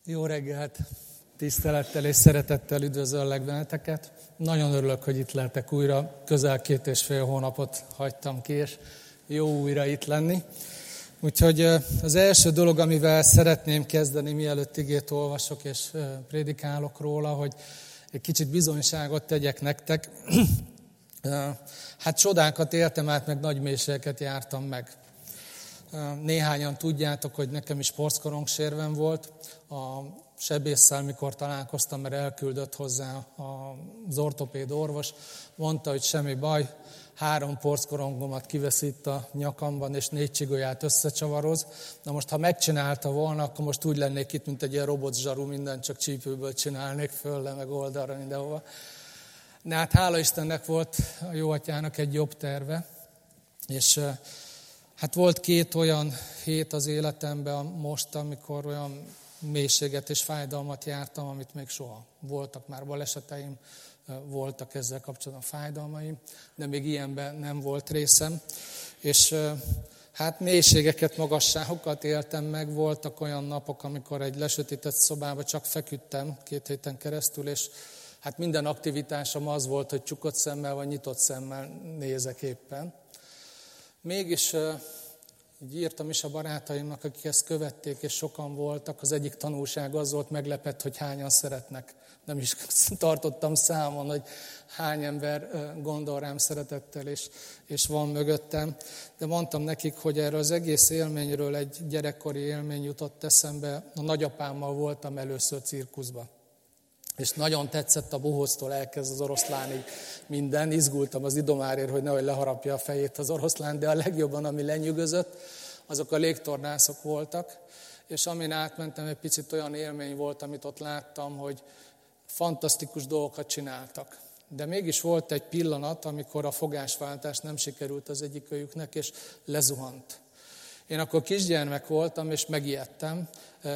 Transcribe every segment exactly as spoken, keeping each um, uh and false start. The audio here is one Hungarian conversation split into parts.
Jó reggelt! Tisztelettel és szeretettel üdvözöllek benneteket. Nagyon örülök, hogy itt lehetek újra. Közel két és fél hónapot hagytam ki, és jó újra itt lenni. Úgyhogy az első dolog, amivel szeretném kezdeni, mielőtt igét olvasok és prédikálok róla, hogy egy kicsit bizonyságot tegyek nektek. Hát csodákat éltem át, meg nagy mélységeket jártam meg. Néhányan tudjátok, hogy nekem is porckorongysérvem volt. A sebésszel, mikor találkoztam, mert elküldött hozzá az ortopéd orvos, mondta, hogy semmi baj, három porckorongomat kivesz itt a nyakamban, és négy csigolyát összecsavaroz. Na most, ha megcsinálta volna, akkor most úgy lennék itt, mint egy ilyen robotzsaru, mindent csak csípőből csinálnék, fölle, meg oldalra, mindenhova. De hát hála Istennek volt a Jóatyának egy jobb terve, és hát volt két olyan hét az életemben most, amikor olyan mélységet és fájdalmat jártam, amit még soha. Voltak már baleseteim, voltak ezzel kapcsolatban fájdalmaim, de még ilyenben nem volt részem. És hát mélységeket, magasságokat éltem meg, voltak olyan napok, amikor egy lesötétett szobába csak feküdtem két héten keresztül, és hát minden aktivitásom az volt, hogy csukott szemmel vagy nyitott szemmel nézek éppen. Mégis így írtam is a barátaimnak, akik ezt követték, és sokan voltak. Az egyik tanulság az volt, meglepett, hogy hányan szeretnek. Nem is tartottam számon, hogy hány ember gondol rám szeretettel, és, és van mögöttem. De mondtam nekik, hogy erről az egész élményről egy gyerekkori élmény jutott eszembe. A nagyapámmal voltam először cirkuszba. És nagyon tetszett a bohóctól elkezd az oroszlánig minden. Izgultam az idomárért, hogy nehogy leharapja a fejét az oroszlán, de a legjobban, ami lenyűgözött, azok a légtornászok voltak. És amin átmentem, egy picit olyan élmény volt, amit ott láttam, hogy fantasztikus dolgokat csináltak. De mégis volt egy pillanat, amikor a fogásváltás nem sikerült az egyikőjüknek, és lezuhant. Én akkor kisgyermek voltam, és megijedtem.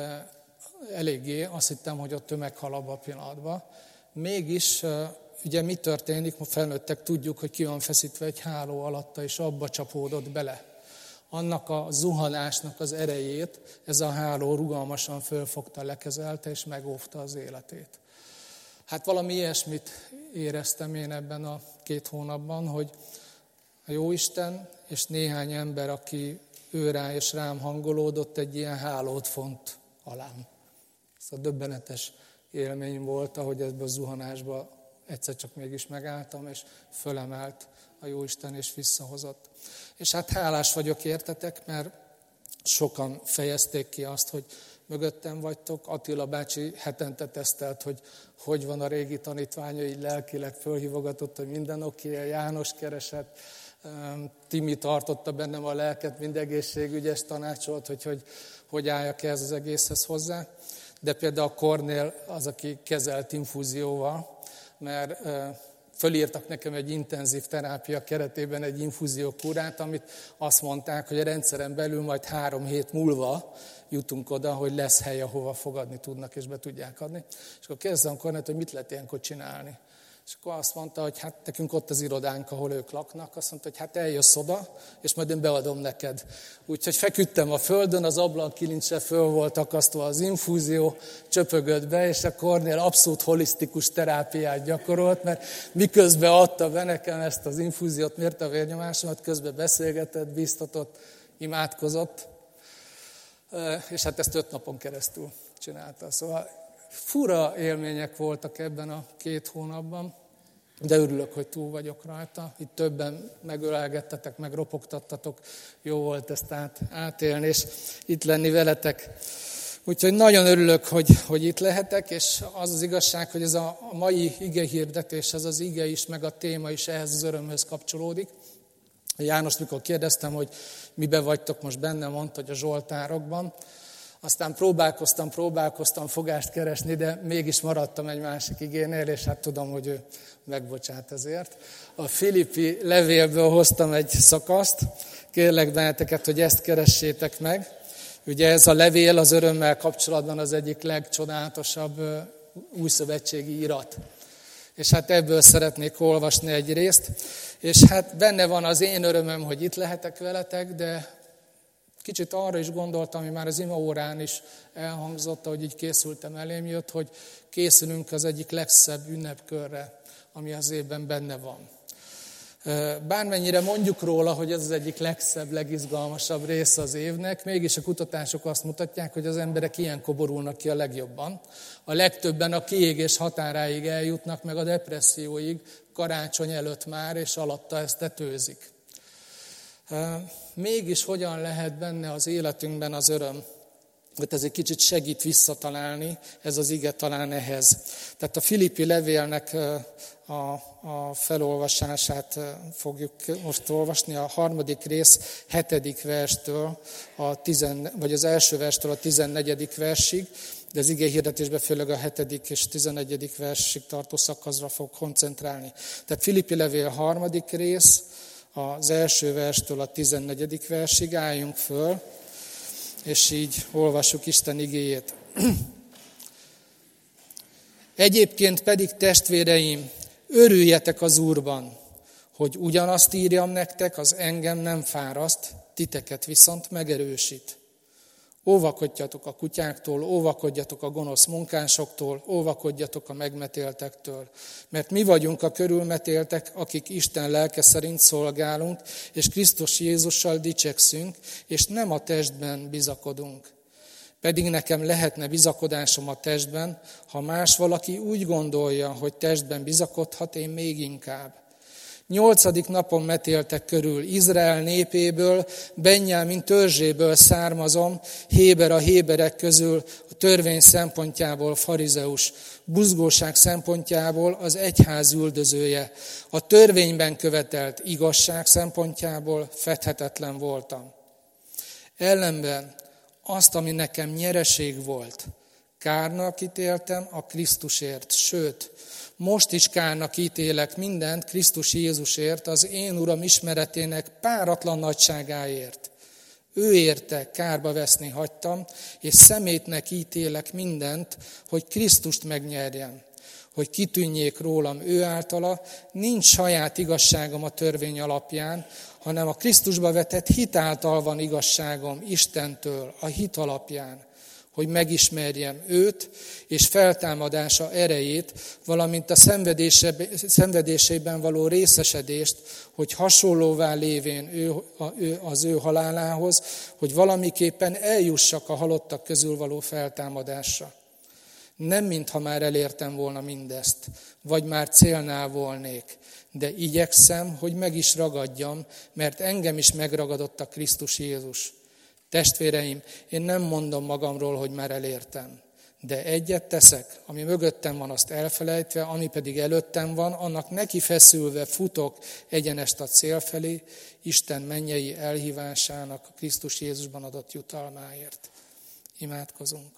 Eléggé, azt hittem, hogy ott tömeg hal abban a pillanatban. Mégis, ugye mi történik, ma felnőttek tudjuk, hogy ki van feszítve egy háló alatta, és abba csapódott bele. Annak a zuhanásnak az erejét ez a háló rugalmasan fölfogta, lekezelte, és megóvta az életét. Hát valami ilyesmit éreztem én ebben a két hónapban, hogy a Jóisten és néhány ember, aki ő rá és rám hangolódott, egy ilyen hálót font alám. Ez a döbbenetes élmény volt, ahogy ebben a zuhanásban egyszer csak mégis megálltam, és fölemelt a Jóisten, és visszahozott. És hát hálás vagyok értetek, mert sokan fejezték ki azt, hogy mögöttem vagytok. Attila bácsi hetente tesztelt, hogy hogy van a régi tanítványa, így lelkileg fölhívogatott, hogy minden oké, okay, János keresett, Timi tartotta bennem a lelket, mind egészségügyes tanácsolt, hogy hogy, hogy álljak ez az egészhez hozzá. De például a Kornél az, aki kezelt infúzióval, mert fölírtak nekem egy intenzív terápia keretében egy infúziókúrát, amit azt mondták, hogy a rendszeren belül majd három hét múlva jutunk oda, hogy lesz hely, ahova fogadni tudnak és be tudják adni. És akkor kérdeztem a Kornélt, hogy mit lehet ilyenkor csinálni. És akkor azt mondta, hogy hát nekünk ott az irodánk, ahol ők laknak, azt mondta, hogy hát eljössz oda, és majd én beadom neked. Úgyhogy feküdtem a földön, az ablak kilincse föl volt akasztva, az infúzió csöpögött be, és a Kornél abszolút holisztikus terápiát gyakorolt, mert miközben adta be nekem ezt az infúziót, mérte a vérnyomásomat, közben beszélgetett, bíztatott, imádkozott, és hát ezt öt napon keresztül csinálta. Szóval fura élmények voltak ebben a két hónapban, de örülök, hogy túl vagyok rajta. Itt többen megölelgettetek, megropogtattatok. Jó volt ezt át, átélni, és itt lenni veletek. Úgyhogy nagyon örülök, hogy, hogy itt lehetek, és az az igazság, hogy ez a mai igehirdetés, ez az ige is, meg a téma is ehhez az örömhöz kapcsolódik. János, mikor kérdeztem, hogy miben vagytok most benne, mondta, hogy a zsoltárokban. Aztán próbálkoztam, próbálkoztam fogást keresni, de mégis maradtam egy másik igénél, és hát tudom, hogy ő megbocsát ezért. A Filippi levélből hoztam egy szakaszt, kérlek benneteket, hogy ezt keressétek meg. Ugye ez a levél az örömmel kapcsolatban az egyik legcsodálatosabb újszövetségi irat. És hát ebből szeretnék olvasni egy részt. És hát benne van az én örömöm, hogy itt lehetek veletek, de Kicsit arra is gondoltam, ami már az ima órán is elhangzott, ahogy így készültem, elém jött, hogy készülünk az egyik legszebb ünnepkörre, ami az évben benne van. Bármennyire mondjuk róla, hogy ez az egyik legszebb, legizgalmasabb része az évnek, mégis a kutatások azt mutatják, hogy az emberek ilyenkor borulnak ki a legjobban. A legtöbben a kiégés határáig eljutnak, meg a depresszióig, karácsony előtt már, és alatta ezt tetőzik. Mégis hogyan lehet benne az életünkben az öröm? Mert ez egy kicsit segít visszatalálni, ez az ige talán ehhez. Tehát a Filippi levélnek a, a felolvasását fogjuk most olvasni, a harmadik rész hetedik verstől, a tizen, vagy az első verstől a tizennegyedik versig, de az ige hirdetésben főleg a hetedik és tizennegyedik versig tartó szakaszra fog koncentrálni. Tehát Filippi levél harmadik rész, az első verstől a tizennegyedik versig, álljunk föl, és így olvassuk Isten igéjét. Egyébként pedig, testvéreim, örüljetek az Úrban, hogy ugyanazt írjam nektek, az engem nem fáraszt, titeket viszont megerősít. Óvakodjatok a kutyáktól, óvakodjatok a gonosz munkásoktól, óvakodjatok a megmetéltektől. Mert mi vagyunk a körülmetéltek, akik Isten lelke szerint szolgálunk, és Krisztus Jézussal dicsekszünk, és nem a testben bizakodunk. Pedig nekem lehetne bizakodásom a testben, ha más valaki úgy gondolja, hogy testben bizakodhat, én még inkább. Nyolcadik napon metéltek körül, Izrael népéből, Benjámin törzséből származom, Héber a héberek közül, a törvény szempontjából farizeus, buzgóság szempontjából az egyház üldözője, a törvényben követelt igazság szempontjából fedhetetlen voltam. Ellenben azt, ami nekem nyereség volt, kárnak ítéltem a Krisztusért, sőt, most is kárnak ítélek mindent Krisztus Jézusért, az én Uram ismeretének páratlan nagyságáért. Ő érte kárba veszni hagytam, és szemétnek ítélek mindent, hogy Krisztust megnyerjem, hogy kitűnjék rólam ő általa, nincs saját igazságom a törvény alapján, hanem a Krisztusba vetett hit által van igazságom Istentől, a hit alapján, hogy megismerjem őt, és feltámadása erejét, valamint a szenvedésében való részesedést, hogy hasonlóvá lévén ő, ő, az ő halálához, hogy valamiképpen eljussak a halottak közül való feltámadásra. Nem mintha már elértem volna mindezt, vagy már célnál volnék, de igyekszem, hogy meg is ragadjam, mert engem is megragadott a Krisztus Jézus. Testvéreim, én nem mondom magamról, hogy már elértem, de egyet teszek, ami mögöttem van, azt elfelejtve, ami pedig előttem van, annak neki feszülve futok egyenest a cél felé, Isten mennyei elhívásának a Krisztus Jézusban adott jutalmáért. Imádkozunk.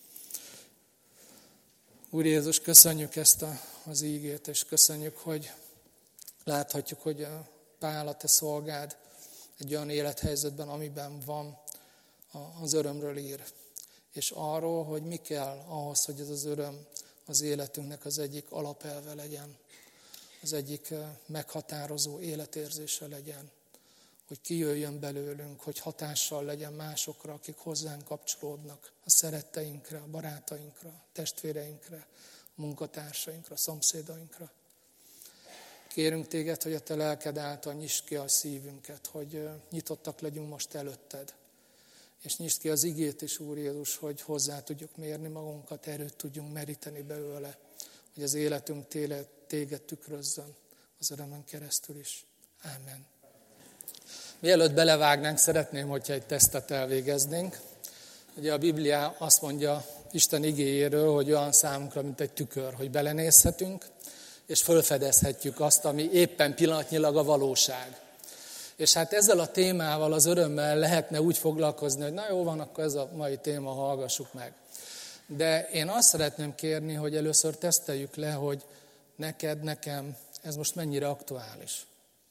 Úr Jézus, köszönjük ezt a, az ígét, és köszönjük, hogy láthatjuk, hogy a Pál, a te szolgád egy olyan élethelyzetben, amiben van, az örömről ír. És arról, hogy mi kell ahhoz, hogy ez az öröm az életünknek az egyik alapelve legyen, az egyik meghatározó életérzése legyen, hogy kijöjjön belőlünk, hogy hatással legyen másokra, akik hozzánk kapcsolódnak, a szeretteinkre, a barátainkra, a testvéreinkre, a munkatársainkra, a szomszédainkra. Kérünk téged, hogy a te lelked által nyisd ki a szívünket, hogy nyitottak legyünk most előtted. És nyisd ki az igét is, Úr Jézus, hogy hozzá tudjuk mérni magunkat, erőt tudjunk meríteni belőle, hogy az életünk téged tükrözzön az örömön keresztül is. Ámen. Mielőtt belevágnánk, szeretném, hogyha egy tesztet elvégeznénk. Ugye a Biblia azt mondja Isten igéjéről, hogy olyan számunkra, mint egy tükör, hogy belenézhetünk, és fölfedezhetjük azt, ami éppen pillanatnyilag a valóság. És hát ezzel a témával, az örömmel lehetne úgy foglalkozni, hogy na jó van, akkor ez a mai téma, hallgassuk meg. De én azt szeretném kérni, hogy először teszteljük le, hogy neked, nekem ez most mennyire aktuális.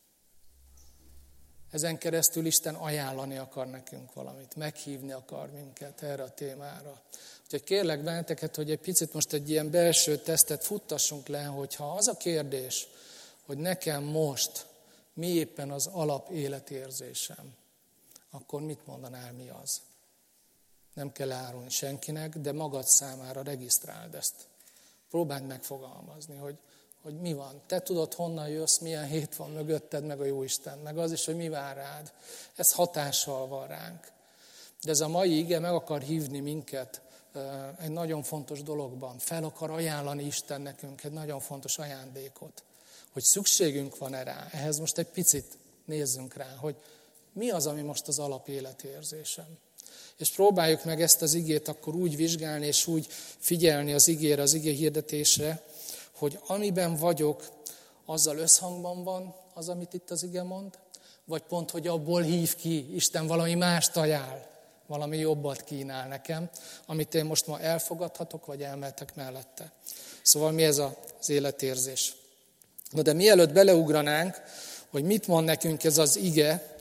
Ezen keresztül Isten ajánlani akar nekünk valamit, meghívni akar minket erre a témára. Úgyhogy kérlek benneteket, hogy egy picit most egy ilyen belső tesztet futtassunk le, hogyha az a kérdés, hogy nekem most mi éppen az alap életérzésem, akkor mit mondanál, mi az? Nem kell árulni senkinek, de magad számára regisztráld ezt. Próbáld megfogalmazni, hogy, hogy mi van. Te tudod, honnan jössz, milyen hét van mögötted, meg a Jóisten, meg az is, hogy mi vár rád. Ez hatással van ránk. De ez a mai ige meg akar hívni minket egy nagyon fontos dologban. Fel akar ajánlani Isten nekünk egy nagyon fontos ajándékot. Hogy szükségünk van-e rá. Ehhez most egy picit nézzünk rá, hogy mi az, ami most az alapéletérzésem. És próbáljuk meg ezt az igét akkor úgy vizsgálni, és úgy figyelni az igére, az ige hirdetésre, hogy amiben vagyok, azzal összhangban van az, amit itt az ige mond, vagy pont, hogy abból hív ki, Isten valami mást ajánl, valami jobbat kínál nekem, amit én most ma elfogadhatok, vagy elmehetek mellette. Szóval mi ez az életérzés? Na de mielőtt beleugranánk, hogy mit mond nekünk ez az ige,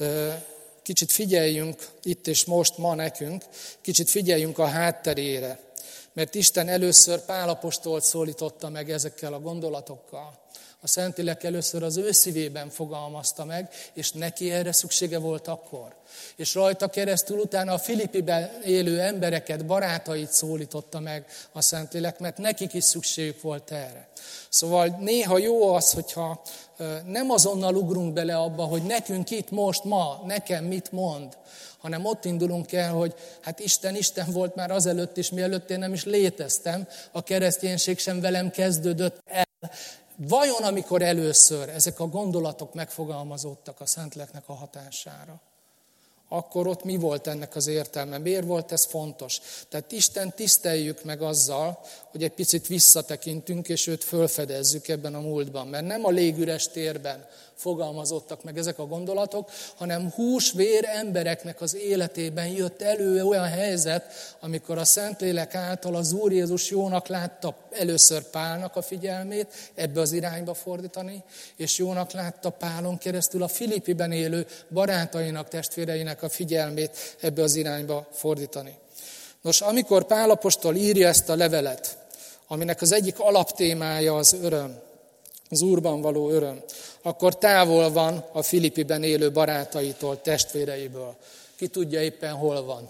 kicsit figyeljünk itt és most ma nekünk, kicsit figyeljünk a hátterére. Mert Isten először Pál apostolt szólította meg ezekkel a gondolatokkal. A Szentlélek először az ő szívében fogalmazta meg, és neki erre szüksége volt akkor. És rajta keresztül utána a Filippiben élő embereket, barátait szólította meg a Szentlélek, mert nekik is szükségük volt erre. Szóval néha jó az, hogyha nem azonnal ugrunk bele abba, hogy nekünk itt most, ma, nekem mit mond, hanem ott indulunk el, hogy hát Isten, Isten volt már azelőtt is, mielőtt én nem is léteztem, a kereszténység sem velem kezdődött el. Vajon amikor először ezek a gondolatok megfogalmazódtak a Szentléleknek a hatására, akkor ott mi volt ennek az értelme? Miért volt ez fontos? Tehát Isten tiszteljük meg azzal, hogy egy picit visszatekintünk, és őt fölfedezzük ebben a múltban. Mert nem a légüres térben fogalmazottak meg ezek a gondolatok, hanem hús-vér embereknek az életében jött elő olyan helyzet, amikor a Szentlélek által az Úr Jézus jónak látta először Pálnak a figyelmét, ebbe az irányba fordítani, és jónak látta Pálon keresztül a Filippiben élő barátainak, testvéreinek a figyelmét ebbe az irányba fordítani. Nos, amikor Pál apostol írja ezt a levelet, aminek az egyik alaptémája az öröm, az Úrban való öröm, akkor távol van a Filippiben élő barátaitól, testvéreiből. Ki tudja éppen hol van?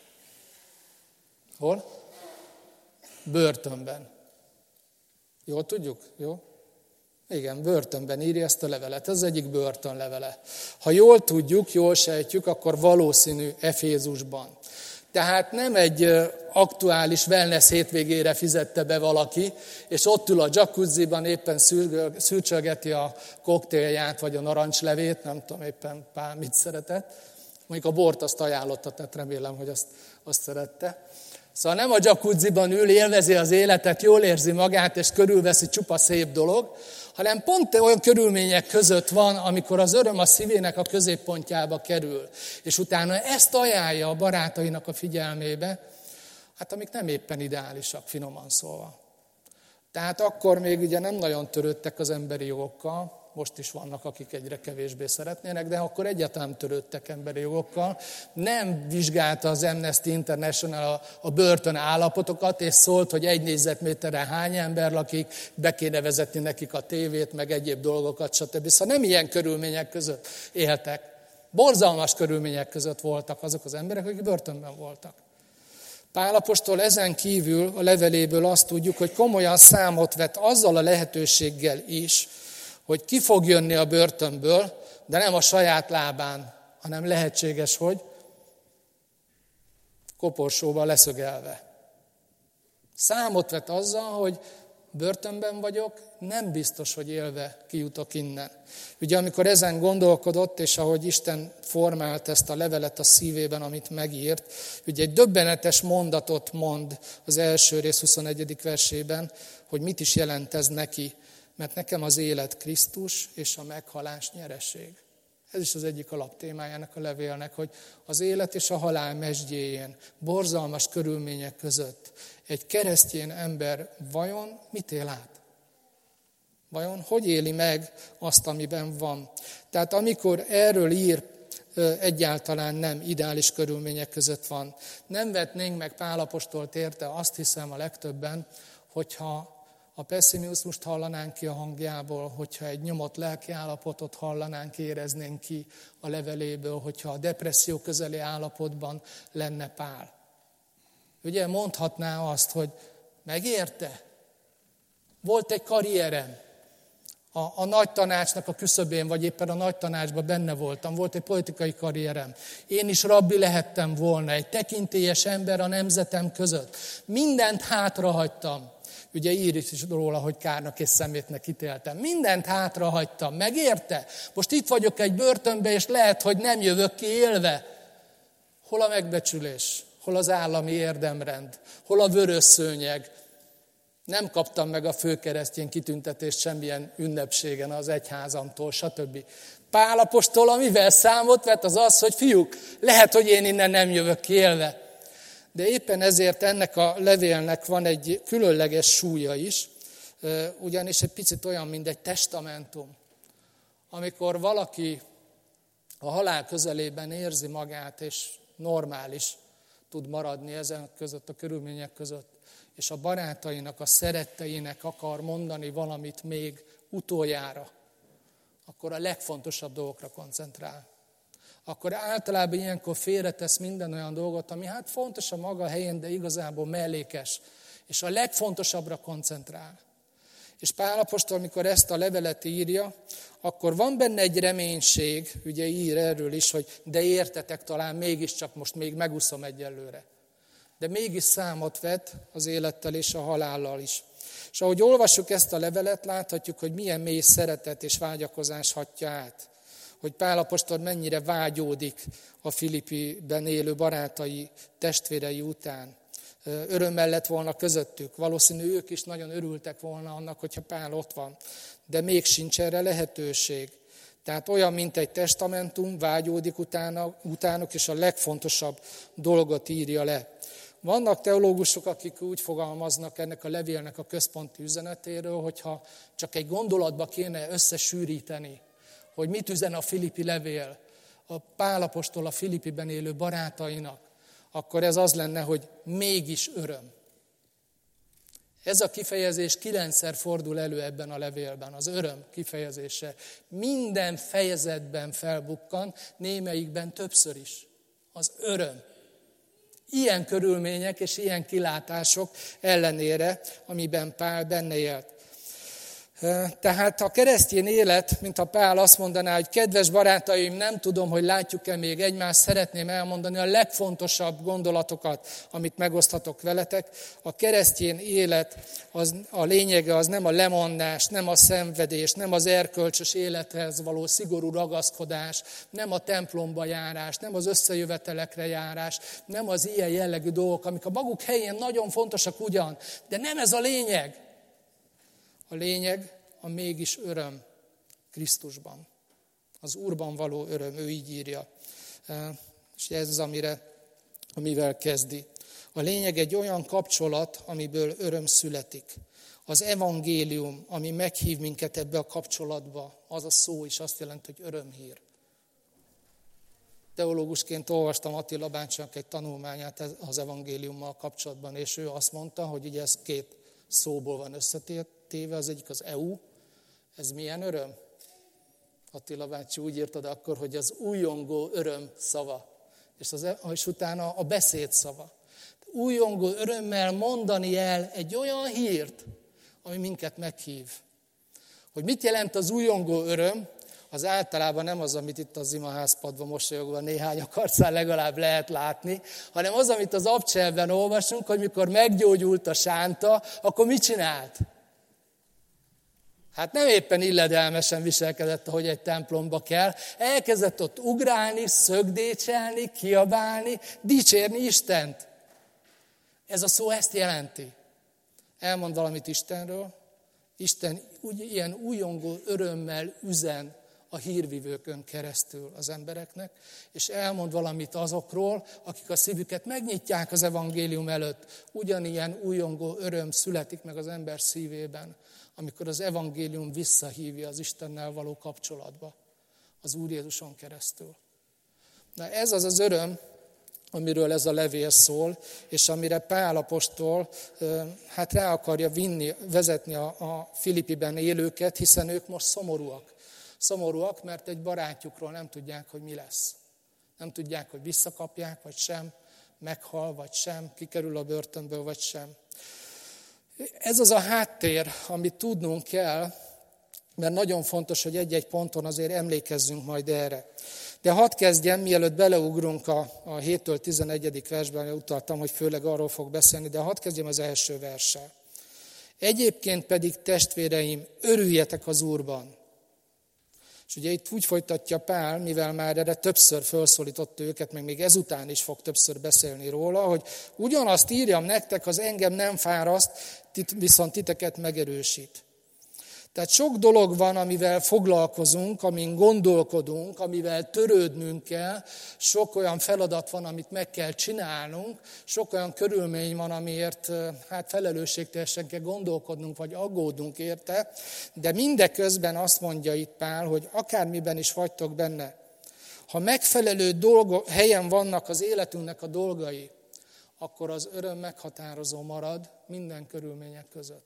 Hol? Börtönben. Jól tudjuk? Jó? Igen, börtönben írja ezt a levelet. Ez az egyik börtönlevele. Ha jól tudjuk, jól sejtjük, akkor valószínű Efézusban. Tehát nem egy aktuális wellness hétvégére fizette be valaki, és ott ül a jacuzziban, éppen szürcsölgeti a koktélját, vagy a narancslevét, nem tudom éppen Pál mit szeretett. Mondjuk a bort azt ajánlotta, tehát remélem, hogy azt, azt szerette. Szóval nem a jacuzziban ül, élvezi az életet, jól érzi magát, és körülveszi csupa szép dolog, hanem pont olyan körülmények között van, amikor az öröm a szívének a középpontjába kerül. És utána ezt ajánlja a barátainak a figyelmébe, hát amik nem éppen ideálisak, finoman szólva. Tehát akkor még ugye nem nagyon törődtek az emberi jogokkal, most is vannak, akik egyre kevésbé szeretnének, de akkor egyáltalán törődtek emberi jogokkal. Nem vizsgálta az Amnesty International a, a börtön állapotokat, és szólt, hogy egy négyzetméterre hány ember lakik, be kéne vezetni nekik a tévét, meg egyéb dolgokat, stb. Szóval nem ilyen körülmények között éltek. Borzalmas körülmények között voltak azok az emberek, akik börtönben voltak. Pál apostol ezen kívül a leveléből azt tudjuk, hogy komolyan számot vett azzal a lehetőséggel is, hogy ki fog jönni a börtönből, de nem a saját lábán, hanem lehetséges, hogy koporsóba leszögelve. Számot vett azzal, hogy börtönben vagyok, nem biztos, hogy élve kijutok innen. Ugye amikor ezen gondolkodott, és ahogy Isten formált ezt a levelet a szívében, amit megírt, ugye egy döbbenetes mondatot mond az első rész huszonegyedik versében, hogy mit is jelent ez neki, mert nekem az élet Krisztus, és a meghalás nyereség. Ez is az egyik alaptémájának a levélnek, hogy az élet és a halál mezsdjéjén, borzalmas körülmények között egy keresztény ember vajon mit él át? Vajon hogy éli meg azt, amiben van? Tehát amikor erről ír, egyáltalán nem ideális körülmények között van. Nem vetnénk meg Pál apostolt érte, azt hiszem a legtöbben, hogyha a pessimizmust hallanánk ki a hangjából, hogyha egy nyomott lelkiállapotot hallanánk, éreznénk ki a leveléből, hogyha a depresszió közeli állapotban lenne Pál. Ugye mondhatná azt, hogy megérte? Volt egy karrierem. A, a nagy tanácsnak a küszöbén, vagy éppen a nagy tanácsban benne voltam. Volt egy politikai karrierem. Én is rabbi lehettem volna, egy tekintélyes ember a nemzetem között. Mindent hátrahagytam. Ugye ír is róla, hogy kárnak és szemétnek ítéltem. Mindent hátrahagytam. Megérte? Most itt vagyok egy börtönbe, és lehet, hogy nem jövök ki élve. Hol a megbecsülés? Hol az állami érdemrend? Hol a vörös szőnyeg? Nem kaptam meg a főkeresztjén kitüntetést semmilyen ünnepségen az egyházamtól, stb. Pál apostol, amivel számot vett, az az, hogy fiúk, lehet, hogy én innen nem jövök ki élve. De éppen ezért ennek a levélnek van egy különleges súlya is, ugyanis egy picit olyan, mint egy testamentum. Amikor valaki a halál közelében érzi magát, és normális tud maradni ezen között, a körülmények között, és a barátainak, a szeretteinek akar mondani valamit még utoljára, akkor a legfontosabb dolgokra koncentrál. Akkor általában ilyenkor félretesz minden olyan dolgot, ami hát fontos a maga helyén, de igazából mellékes, és a legfontosabbra koncentrál. És Pál apostol, amikor ezt a levelet írja, akkor van benne egy reménység, ugye ír erről is, hogy de értetek, talán mégiscsak most még megúszom egyelőre. De mégis számot vet az élettel és a halállal is. És ahogy olvassuk ezt a levelet, láthatjuk, hogy milyen mély szeretet és vágyakozás hatja át. Hogy Pál apostol mennyire vágyódik a Filippiben élő barátai, testvérei után. Örömmel lett volna közöttük. Valószínű ők is nagyon örültek volna annak, hogyha Pál ott van. De még sincs erre lehetőség. Tehát olyan, mint egy testamentum, vágyódik utána, utánuk, és a legfontosabb dolgot írja le. Vannak teológusok, akik úgy fogalmaznak ennek a levélnek a központi üzenetéről, hogyha csak egy gondolatba kéne összesűríteni, hogy mit üzen a Filippi levél, a Pál apostol a Filippiben élő barátainak, akkor ez az lenne, hogy mégis öröm. Ez a kifejezés kilencszer fordul elő ebben a levélben, az öröm kifejezése. Minden fejezetben felbukkan, némelyikben többször is. Az öröm. Ilyen körülmények és ilyen kilátások ellenére, amiben Pál benne élt. Tehát a keresztény élet, mint a Pál azt mondaná, hogy kedves barátaim, nem tudom, hogy látjuk-e még egymást, szeretném elmondani a legfontosabb gondolatokat, amit megoszthatok veletek. A keresztény élet, az, a lényege az nem a lemondás, nem a szenvedés, nem az erkölcsös élethez való szigorú ragaszkodás, nem a templomba járás, nem az összejövetelekre járás, nem az ilyen jellegű dolgok, amik a maguk helyén nagyon fontosak ugyan, de nem ez a lényeg. A lényeg a mégis öröm Krisztusban. Az Úrban való öröm, ő így írja. És ez az, amire, amivel kezdi. A lényeg egy olyan kapcsolat, amiből öröm születik. Az evangélium, ami meghív minket ebbe a kapcsolatba, az a szó is azt jelenti, hogy örömhír. Teológusként olvastam Attila bácsinak egy tanulmányát az evangéliummal kapcsolatban, és ő azt mondta, hogy ugye ez két szóból van összetéve, az egyik az é u, ez milyen öröm? Attila bácsi úgy írtad akkor, hogy az újongó öröm szava, és, az, és utána a beszéd szava. Újongó örömmel mondani el egy olyan hírt, ami minket meghív. Hogy mit jelent az újongó öröm, az általában nem az, amit itt az imaházpadban mosolyogva néhány arcán legalább lehet látni, hanem az, amit az Abcselben olvasunk, hogy mikor meggyógyult a sánta, akkor mit csinált? Hát nem éppen illedelmesen viselkedett, ahogy egy templomba kell. Elkezdett ott ugrálni, szögdécselni, kiabálni, dicsérni Istent. Ez a szó ezt jelenti. Elmond valamit Istenről. Isten úgy, ilyen újongó örömmel üzen a hírvivőkön keresztül az embereknek, és elmond valamit azokról, akik a szívüket megnyitják az evangélium előtt. Ugyanilyen újongó öröm születik meg az ember szívében, amikor az evangélium visszahívja az Istennel való kapcsolatba, az Úr Jézuson keresztül. Na ez az az öröm, amiről ez a levél szól, és amire Pál apostol hát rá akarja vinni, vezetni a, a Filippiben élőket, hiszen ők most szomorúak. Szomorúak, mert egy barátjukról nem tudják, hogy mi lesz. Nem tudják, hogy visszakapják, vagy sem, meghal, vagy sem, kikerül a börtönből, vagy sem. Ez az a háttér, amit tudnunk kell, mert nagyon fontos, hogy egy-egy ponton azért emlékezzünk majd erre. De hadd kezdjem, mielőtt beleugrunk a, a héttől tizenegyedik versben, utaltam, hogy főleg arról fog beszélni, de hadd kezdjem az első verssel. Egyébként pedig, testvéreim, örüljetek az Úrban. És ugye itt úgy folytatja Pál, mivel már erre többször felszólította őket, meg még ezután is fog többször beszélni róla, hogy ugyanazt írjam nektek, az engem nem fáraszt, viszont titeket megerősít. Tehát sok dolog van, amivel foglalkozunk, amin gondolkodunk, amivel törődnünk kell, sok olyan feladat van, amit meg kell csinálnunk, sok olyan körülmény van, amiért hát felelősségteljesen kell gondolkodnunk, vagy aggódnunk érte, de mindeközben azt mondja itt Pál, hogy akármiben is vagytok benne, ha megfelelő dolgo, helyen vannak az életünknek a dolgai, akkor az öröm meghatározó marad minden körülmények között.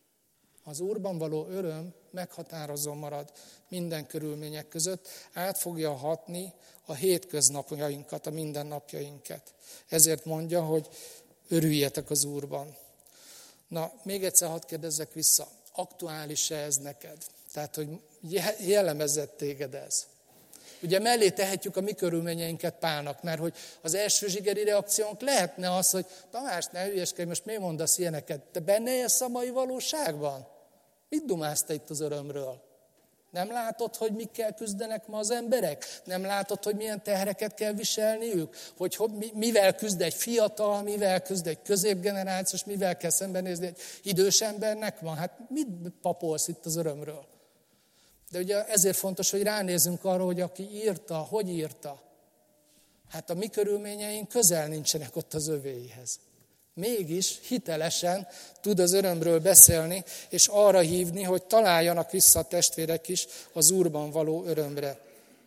Az Úrban való öröm meghatározó marad minden körülmények között, át fogja hatni a hétköznapjainkat, a mindennapjainkat. Ezért mondja, hogy örüljetek az Úrban. Na, még egyszer hadd kérdezzek vissza, aktuális-e ez neked? Tehát, hogy jellemezett téged ez? Ugye mellé tehetjük a mi körülményeinket Pálnak, mert hogy az első zsigeri reakciónk lehetne az, hogy Tamás, ne hülyeskedj, most miért mondasz ilyeneket? Te benne élsz a mai valóságban? Mit dumálsz te itt az örömről? Nem látod, hogy mikkel küzdenek ma az emberek? Nem látod, hogy milyen tehereket kell viselniük? Hogy mivel küzd egy fiatal, mivel küzd egy középgenerációs, mivel kell szembenézni egy idős embernek? Van, hát mit papolsz itt az örömről? De ugye ezért fontos, hogy ránézzünk arra, hogy aki írta, hogy írta. Hát a mi körülményeink közel nincsenek ott az övéihez. Mégis hitelesen tud az örömről beszélni, és arra hívni, hogy találjanak vissza a testvérek is az Úrban való örömre.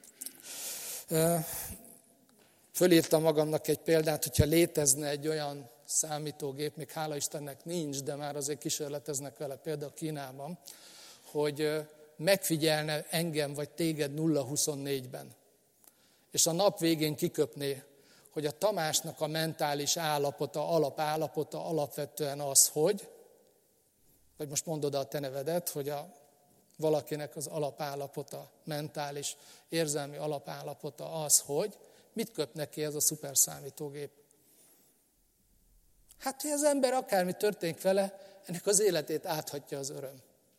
Fölírtam magamnak egy példát, hogyha létezne egy olyan számítógép, még hála Istennek nincs, de már azért kísérleteznek vele például Kínában, hogy megfigyelne engem vagy téged nulla huszonnégyben, és a nap végén kiköpné, hogy a Tamásnak a mentális állapota, alapállapota alapvetően az, hogy, vagy most mondod a te nevedet, hogy a valakinek az alapállapota, mentális, érzelmi alapállapota az, hogy mit köp neki ez a szuperszámítógép. Hát, hogy az ember akármi történik vele, ennek az életét áthatja az öröm.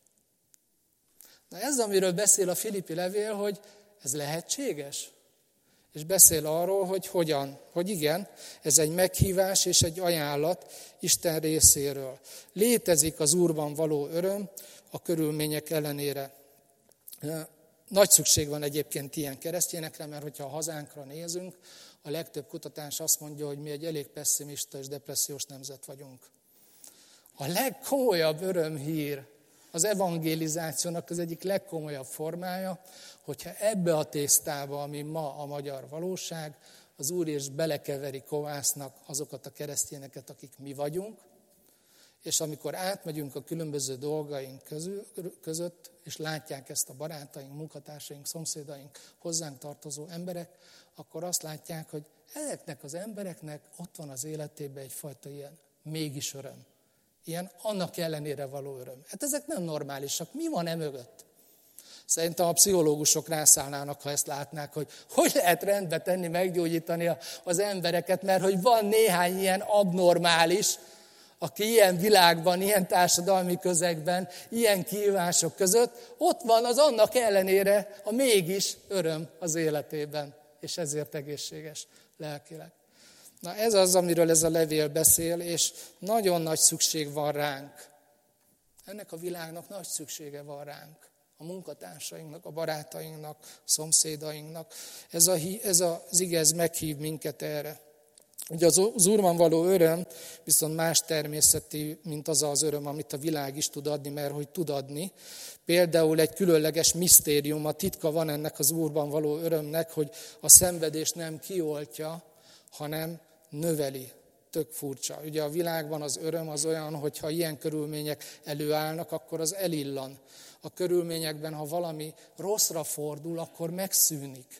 Na ez, amiről beszél a Filippi levél, hogy ez lehetséges. És beszél arról, hogy hogyan, hogy igen, ez egy meghívás és egy ajánlat Isten részéről. Létezik az Úrban való öröm a körülmények ellenére. Nagy szükség van egyébként ilyen keresztényekre, mert hogyha a hazánkra nézünk, a legtöbb kutatás azt mondja, hogy mi egy elég pesszimista és depressziós nemzet vagyunk. A legkomolyabb örömhír, az evangelizációnak az egyik legkomolyabb formája, hogyha ebbe a tésztába, ami ma a magyar valóság, az Úr és belekeveri kovásznak azokat a keresztényeket, akik mi vagyunk, és amikor átmegyünk a különböző dolgaink közül, között, és látják ezt a barátaink, munkatársaink, szomszédaink, hozzánk tartozó emberek, akkor azt látják, hogy ezeknek az embereknek ott van az életében egyfajta ilyen mégis öröm. Ilyen annak ellenére való öröm. Hát ezek nem normálisak. Mi van e mögött? Szerintem a pszichológusok rászállnának, ha ezt látnák, hogy hogy lehet rendbe tenni, meggyógyítani az embereket, mert hogy van néhány ilyen abnormális, aki ilyen világban, ilyen társadalmi közegben, ilyen kihívások között, ott van az annak ellenére a mégis öröm az életében, és ezért egészséges lelkileg. Na ez az, amiről ez a levél beszél, és nagyon nagy szükség van ránk. Ennek a világnak nagy szüksége van ránk. A munkatársainknak, a barátainknak, a szomszédainknak. Ez, a, ez az ige, ez meghív minket erre. Ugye az, az Úrban való öröm viszont más természeti, mint az az öröm, amit a világ is tud adni, mert hogy tud adni. Például egy különleges misztérium, a titka van ennek az Úrban való örömnek, hogy a szenvedés nem kioltja, hanem növeli. Tök furcsa. Ugye a világban az öröm az olyan, hogyha ilyen körülmények előállnak, akkor az elillan. A körülményekben, ha valami rosszra fordul, akkor megszűnik.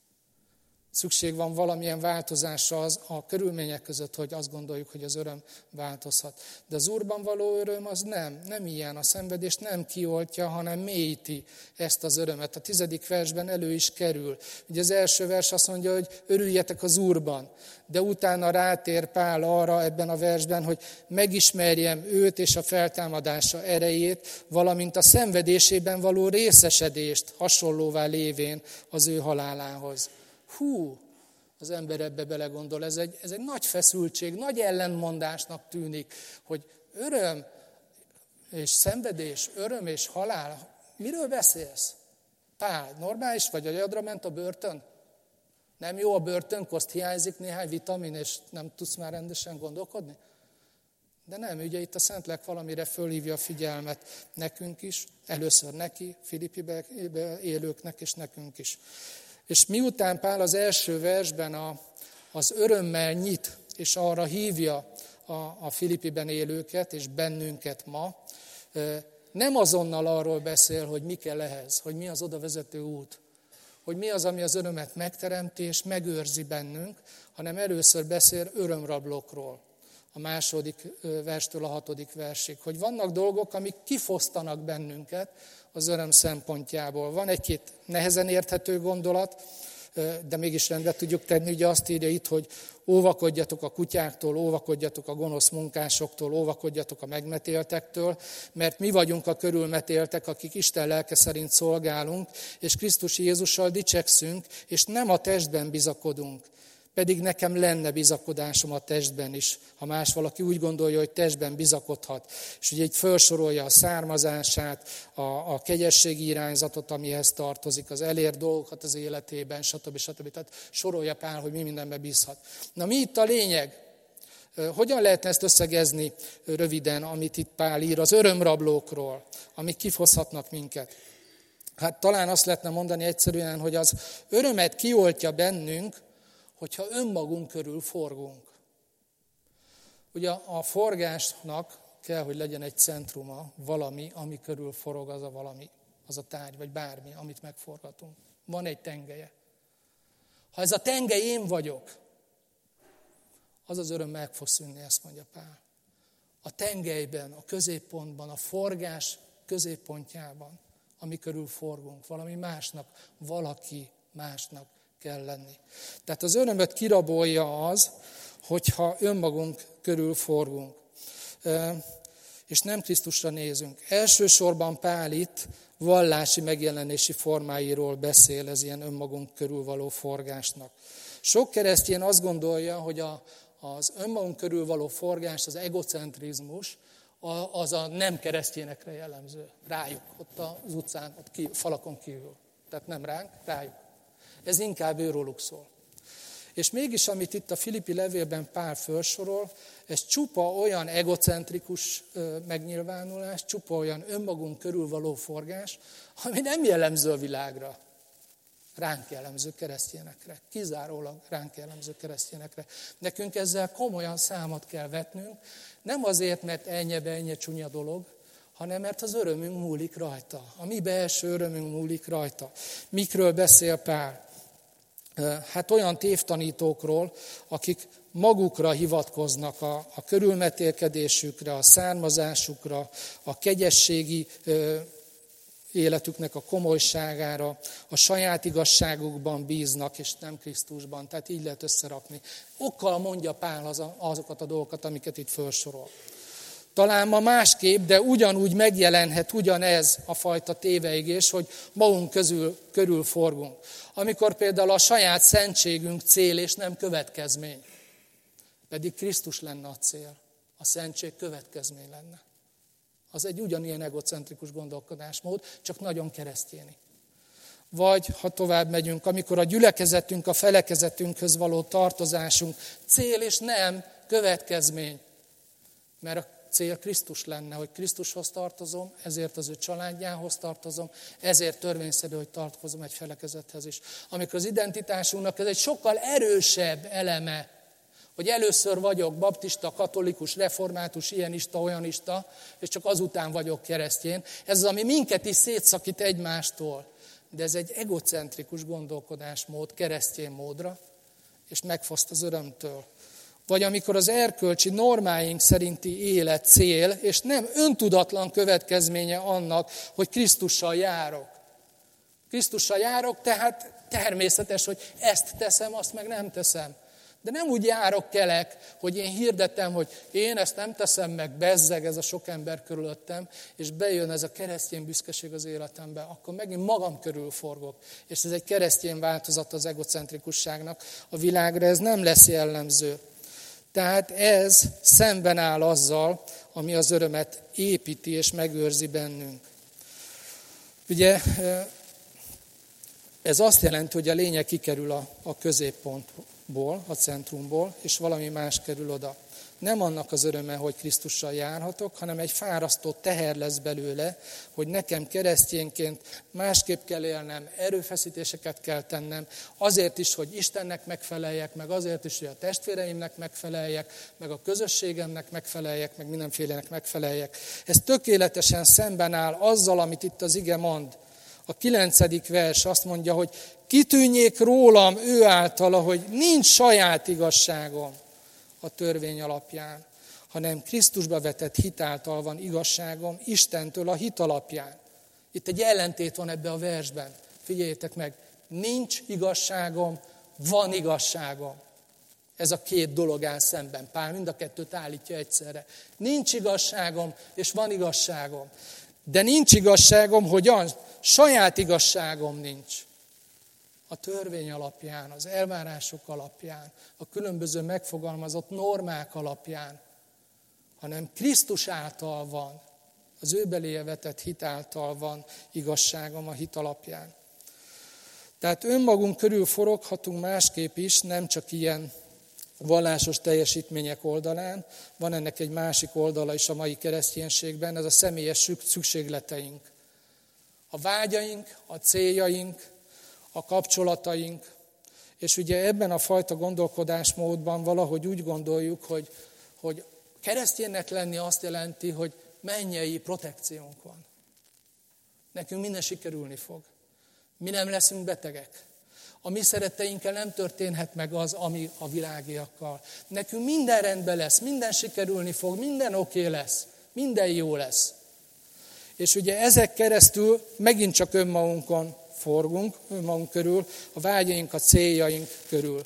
Szükség van valamilyen változásra az, a körülmények között, hogy azt gondoljuk, hogy az öröm változhat. De az Úrban való öröm az nem, nem ilyen. A szenvedés nem kioltja, hanem mélyíti ezt az örömet. A tizedik versben elő is kerül. Ugye az első vers azt mondja, hogy örüljetek az Úrban. De utána rátér Pál arra ebben a versben, hogy megismerjem őt és a feltámadása erejét, valamint a szenvedésében való részesedést hasonlóvá lévén az ő halálához. Hú, az ember ebbe belegondol, ez egy, ez egy nagy feszültség, nagy ellentmondásnak tűnik, hogy öröm és szenvedés, öröm és halál. Miről beszélsz? Pál, normális vagy, agyadra ment a börtön? Nem jó a börtönkoszt, hiányzik néhány vitamin, és nem tudsz már rendesen gondolkodni? De nem, ugye itt a Szentlélek valamire fölhívja a figyelmet nekünk is, először neki, Filippibe élőknek, és nekünk is. És miután Pál az első versben a, az örömmel nyit, és arra hívja a, a Filippiben élőket, és bennünket ma, nem azonnal arról beszél, hogy mi kell ehhez, hogy mi az oda vezető út, hogy mi az, ami az örömet megteremti és megőrzi bennünk, hanem először beszél örömrablókról, a második verstől a hatodik versig, hogy vannak dolgok, amik kifosztanak bennünket az öröm szempontjából. Van egy-két nehezen érthető gondolat, de mégis rendbe tudjuk tenni. Ugye azt írja itt, hogy óvakodjatok a kutyáktól, óvakodjatok a gonosz munkásoktól, óvakodjatok a megmetéltektől, mert mi vagyunk a körülmetéltek, akik Isten lelke szerint szolgálunk, és Krisztus Jézussal dicsekszünk, és nem a testben bizakodunk. Pedig nekem lenne bizakodásom a testben is, ha más valaki úgy gondolja, hogy testben bizakodhat. És ugye itt felsorolja a származását, a, a kegyességi irányzatot, amihez tartozik, az elért dolgokat az életében, stb. stb. Tehát sorolja Pál, hogy mi mindenben bízhat. Na mi itt a lényeg? Hogyan lehetne ezt összegezni röviden, amit itt Pál ír az örömrablókról, amik kifoszhatnak minket? Hát talán azt lehetne mondani egyszerűen, hogy az örömet kioltja bennünk, hogyha önmagunk körül forgunk. Ugye a forgásnak kell, hogy legyen egy centruma, valami, ami körül forog, az a valami, az a tárgy, vagy bármi, amit megforgatunk. Van egy tengelye. Ha ez a tengely én vagyok, az az öröm meg fog szűnni, ezt mondja Pál. A tengelyben, a középpontban, a forgás középpontjában, ami körül forgunk, valami másnak, valaki másnak kell lenni. Tehát az örömöt kirabolja az, hogyha önmagunk körül forgunk, és nem Krisztusra nézünk. Elsősorban Pál itt vallási megjelenési formáiról beszél, ez ilyen önmagunk körül való forgásnak. Sok keresztény azt gondolja, hogy a, az önmagunk körül való forgás, az egocentrizmus, az a nem keresztényekre jellemző. Rájuk, ott az utcán, ott ki, falakon kívül. Tehát nem ránk, rájuk. Ez inkább őróluk szól. És mégis, amit itt a Filippi levélben Pál felsorol, ez csupa olyan egocentrikus megnyilvánulás, csupa olyan önmagunk körül való forgás, ami nem jellemző a világra. Ránk jellemző keresztényekre. Kizárólag ránk jellemző keresztényekre. Nekünk ezzel komolyan számot kell vetnünk, nem azért, mert ennyi ennyi csúnya dolog, hanem mert az örömünk múlik rajta. A mi belső örömünk múlik rajta. Mikről beszél Pál? Hát olyan tévtanítókról, akik magukra hivatkoznak a, a körülmetélkedésükre, a származásukra, a kegyességi ö, életüknek a komolyságára, a saját igazságukban bíznak, és nem Krisztusban. Tehát így lehet összerakni. Okkal mondja Pál az a, azokat a dolgokat, amiket itt felsorol. Talán ma másképp, de ugyanúgy megjelenhet ugyanez a fajta téveigés, hogy magunk közül, körül forgunk. Amikor például a saját szentségünk cél és nem következmény. Pedig Krisztus lenne a cél. A szentség következmény lenne. Az egy ugyanilyen egocentrikus gondolkodásmód, csak nagyon keresztjéni. Vagy, ha tovább megyünk, amikor a gyülekezetünk, a felekezetünkhöz való tartozásunk cél és nem következmény. Mert a cél Krisztus lenne, hogy Krisztushoz tartozom, ezért az ő családjához tartozom, ezért törvényszerű, hogy tartozom egy felekezethez is. Amikor az identitásunknak ez egy sokkal erősebb eleme, Hogy először vagyok baptista, katolikus, református, ilyenista, olyanista, és csak azután vagyok keresztény. Ez az, ami minket is szétszakít egymástól. De ez egy egocentrikus gondolkodásmód, keresztény módra, és megfoszt az örömtől. Vagy amikor az erkölcsi normáink szerinti élet cél, és nem öntudatlan következménye annak, hogy Krisztussal járok. Krisztussal járok, tehát természetes, hogy ezt teszem, azt meg nem teszem. De nem úgy járok, kelek, hogy én hirdetem, hogy én ezt nem teszem meg, bezzeg ez a sok ember körülöttem, és bejön ez a keresztény büszkeség az életembe, akkor megint magam körül forgok. És ez egy keresztény változat az egocentrikusságnak. A világra ez nem lesz jellemző. Tehát ez szemben áll azzal, ami az örömet építi és megőrzi bennünk. Ugye ez azt jelenti, hogy a lényeg kikerül a, a középpontból, a centrumból, és valami más kerül oda. Nem annak az öröme, hogy Krisztussal járhatok, hanem egy fárasztó teher lesz belőle, hogy nekem keresztényként másképp kell élnem, erőfeszítéseket kell tennem, azért is, hogy Istennek megfeleljek, meg azért is, hogy a testvéreimnek megfeleljek, meg a közösségemnek megfeleljek, meg mindenfélenek megfeleljek. Ez tökéletesen szemben áll azzal, amit itt az ige mond. A kilencedik vers azt mondja, hogy kitűnjék rólam ő általa, hogy nincs saját igazságom a törvény alapján, hanem Krisztusba vetett hit által van igazságom Istentől a hit alapján. Itt egy ellentét van ebben a versben. Figyeljétek meg, nincs igazságom, van igazságom. Ez a két dolog áll szemben. Pál mind a kettőt állítja egyszerre. Nincs igazságom, és van igazságom. De nincs igazságom, hogyan? Saját igazságom nincs. A törvény alapján, az elvárások alapján, a különböző megfogalmazott normák alapján, hanem Krisztus által van, az ő beléje vetett hit által van igazságom a hit alapján. Tehát önmagunk körül foroghatunk másképp is, nem csak ilyen vallásos teljesítmények oldalán, van ennek egy másik oldala is a mai kereszténységben, ez a személyes szükségleteink. A vágyaink, a céljaink, a kapcsolataink, és ugye ebben a fajta gondolkodásmódban valahogy úgy gondoljuk, hogy, hogy kereszténynek lenni azt jelenti, hogy mennyei protekciónk van. Nekünk minden sikerülni fog. Mi nem leszünk betegek. A mi szeretteinkkel nem történhet meg az, ami a világiakkal. Nekünk minden rendben lesz, minden sikerülni fog, minden oké lesz, minden jó lesz. És ugye ezek keresztül megint csak önmagunkon forgunk, önmagunk körül, a vágyaink, a céljaink körül.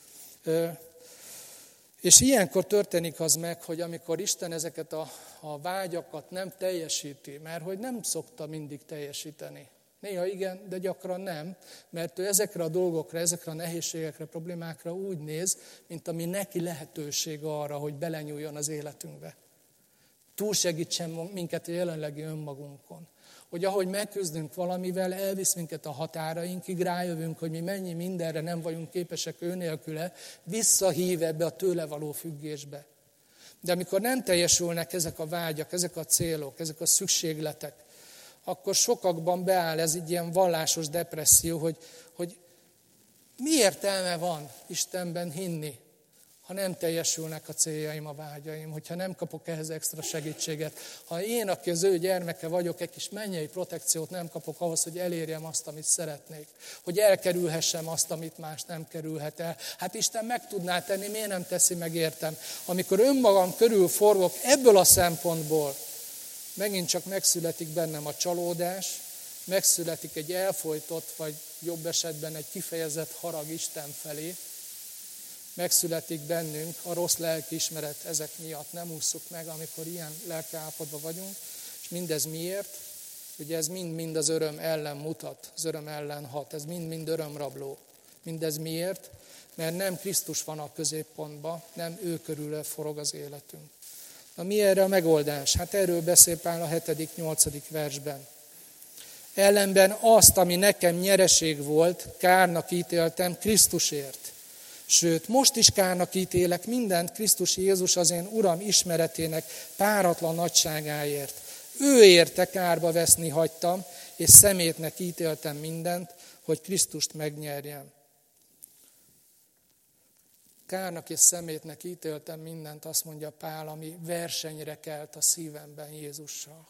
És ilyenkor történik az meg, hogy amikor Isten ezeket a, a vágyakat nem teljesíti, mert hogy nem szokta mindig teljesíteni. Néha igen, de gyakran nem, mert ő ezekre a dolgokra, ezekre a nehézségekre, problémákra úgy néz, mint ami neki lehetőség arra, hogy belenyúljon az életünkbe. Túlsegítsen minket a jelenlegi önmagunkon. Hogy ahogy megküzdünk valamivel, elvisz minket a határainkig, rájövünk, hogy mi mennyi mindenre nem vagyunk képesek ő nélküle, visszahív ebbe a tőle való függésbe. De amikor nem teljesülnek ezek a vágyak, ezek a célok, ezek a szükségletek, akkor sokakban beáll ez egy ilyen vallásos depresszió, hogy, hogy mi értelme van Istenben hinni, ha nem teljesülnek a céljaim, a vágyaim, hogyha nem kapok ehhez extra segítséget. Ha én, aki az ő gyermeke vagyok, egy kis mennyei protekciót nem kapok ahhoz, hogy elérjem azt, amit szeretnék. Hogy elkerülhessem azt, amit más nem kerülhet el. Hát Isten meg tudná tenni, miért nem teszi meg, értem. Amikor önmagam körül forgok ebből a szempontból, megint csak megszületik bennem a csalódás, megszületik egy elfojtott, vagy jobb esetben egy kifejezett harag Isten felé, megszületik bennünk a rossz lelkiismeret ezek miatt. Nem ússzuk meg, amikor ilyen lelkiállapotban vagyunk. És mindez miért? Ugye ez mind-mind az öröm ellen mutat, az öröm ellen hat. Ez mind-mind örömrabló. Mindez miért? Mert nem Krisztus van a középpontban, nem ő körül forog az életünk. Na mi erre a megoldás? Hát erről beszél Pál a hetedik nyolcadik versben. Ellenben azt, ami nekem nyereség volt, kárnak ítéltem Krisztusért. Sőt, most is kárnak ítélek mindent Krisztus Jézus az én Uram ismeretének páratlan nagyságáért. Ő érte kárba veszni hagytam, és szemétnek ítéltem mindent, hogy Krisztust megnyerjem. Kárnak és szemétnek ítéltem mindent, azt mondja Pál, ami versenyre kelt a szívemben Jézussal.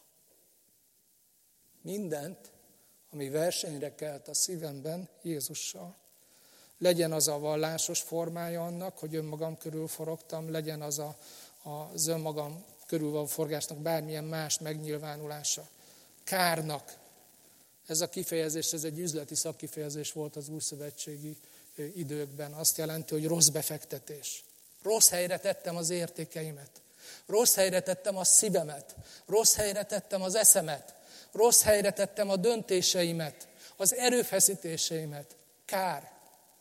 Mindent, ami versenyre kelt a szívemben Jézussal. Legyen az a vallásos formája annak, hogy önmagam körül forogtam, legyen az a, az önmagam körül való forgásnak bármilyen más megnyilvánulása. Kárnak. Ez a kifejezés, ez egy üzleti szakkifejezés volt az újszövetségi időkben. Azt jelenti, hogy rossz befektetés. Rossz helyre tettem az értékeimet. Rossz helyre tettem a szívemet. Rossz helyre tettem az eszemet. Rossz helyre tettem a döntéseimet, az erőfeszítéseimet. Kár.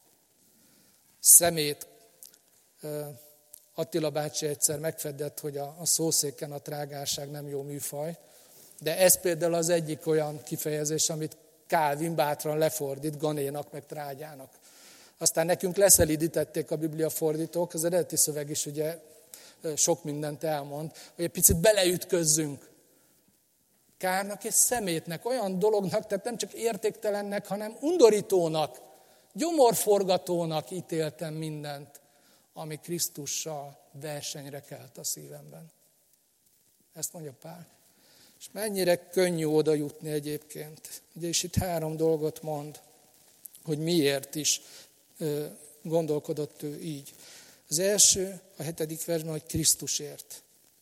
Szemét. Attila bácsi egyszer megfedett, hogy a, a szószéken a trágárság nem jó műfaj, de ez például az egyik olyan kifejezés, amit Kálvin bátran lefordít Ganénak, meg Trágyának. Aztán nekünk leszelidítették a Biblia fordítók, az eredeti szöveg is ugye sok mindent elmond, hogy egy picit beleütközzünk. Kárnak és szemétnek, olyan dolognak, tehát nem csak értéktelennek, hanem undorítónak, gyomorforgatónak ítéltem mindent, ami Krisztussal versenyre kelt a szívemben. Ezt mondja Pál. És mennyire könnyű oda jutni egyébként. Ugye és itt három dolgot mond, hogy miért is gondolkodott ő így. Az első, a hetedik versben, hogy Krisztusért.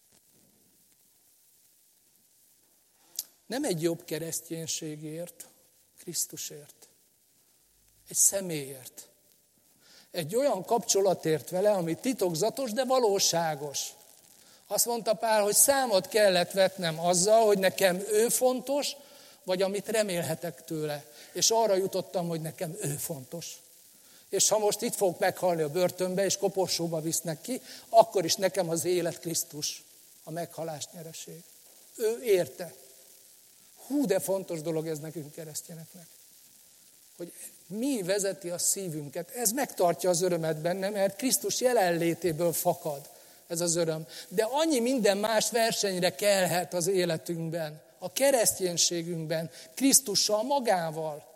Nem egy jobb kereszténységért, Krisztusért. Egy személyért. Egy olyan kapcsolatért vele, ami titokzatos, de valóságos. Azt mondta Pál, hogy számot kellett vetnem azzal, hogy nekem ő fontos, vagy amit remélhetek tőle. És arra jutottam, hogy nekem ő fontos. És ha most itt fogok meghalni a börtönbe, és koporsóba visznek ki, akkor is nekem az élet Krisztus, a meghalás nyereség. Ő érte. Hú, de fontos dolog ez nekünk keresztényeknek. Hogy mi vezeti a szívünket. Ez megtartja az örömet benne, mert Krisztus jelenlétéből fakad ez az öröm. De annyi minden más versenyre kelhet az életünkben, a kereszténységünkben, Krisztussal magával.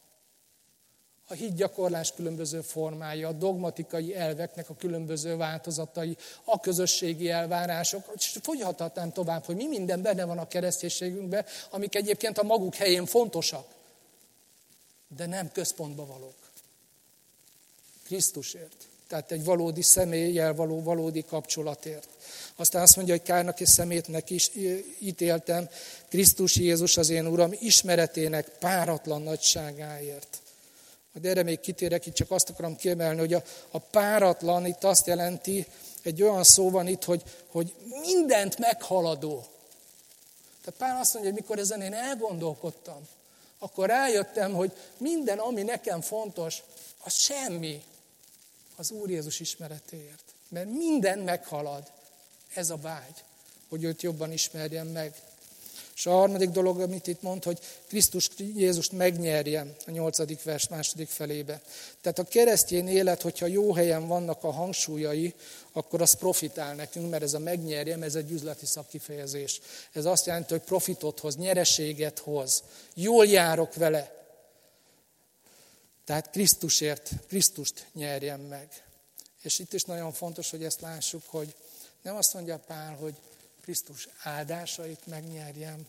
A hitgyakorlás különböző formái, a dogmatikai elveknek a különböző változatai, a közösségi elvárások, és folytathatnám tovább, hogy mi minden benne van a kereszténységünkben, amik egyébként a maguk helyén fontosak, de nem központba valók. Krisztusért. Tehát egy valódi személlyel való valódi kapcsolatért. Aztán azt mondja, hogy kárnak és szemétnek is ítéltem Krisztus Jézus az én Uram ismeretének páratlan nagyságáért. De erre még kitérek, itt csak azt akarom kiemelni, hogy a, a páratlan itt azt jelenti, egy olyan szó van itt, hogy, hogy mindent meghaladó. Tehát Pál azt mondja, hogy mikor ezen én elgondolkodtam, akkor rájöttem, hogy minden, ami nekem fontos, az semmi az Úr Jézus ismeretéért. Mert minden meghalad. Ez a vágy, hogy őt jobban ismerjem meg. És a harmadik dolog, amit itt mond, hogy Krisztus Jézust megnyerjem, a nyolcadik vers második felébe. Tehát a keresztény élet, hogyha jó helyen vannak a hangsúlyai, akkor az profitál nekünk, mert ez a megnyerjem, ez egy üzleti szakkifejezés. Ez azt jelenti, hogy profitot hoz, nyereséget hoz. Jól járok vele. Tehát Krisztusért, Krisztust nyerjem meg. És itt is nagyon fontos, hogy ezt lássuk, hogy nem azt mondja Pál, hogy Krisztus áldásait megnyerjem.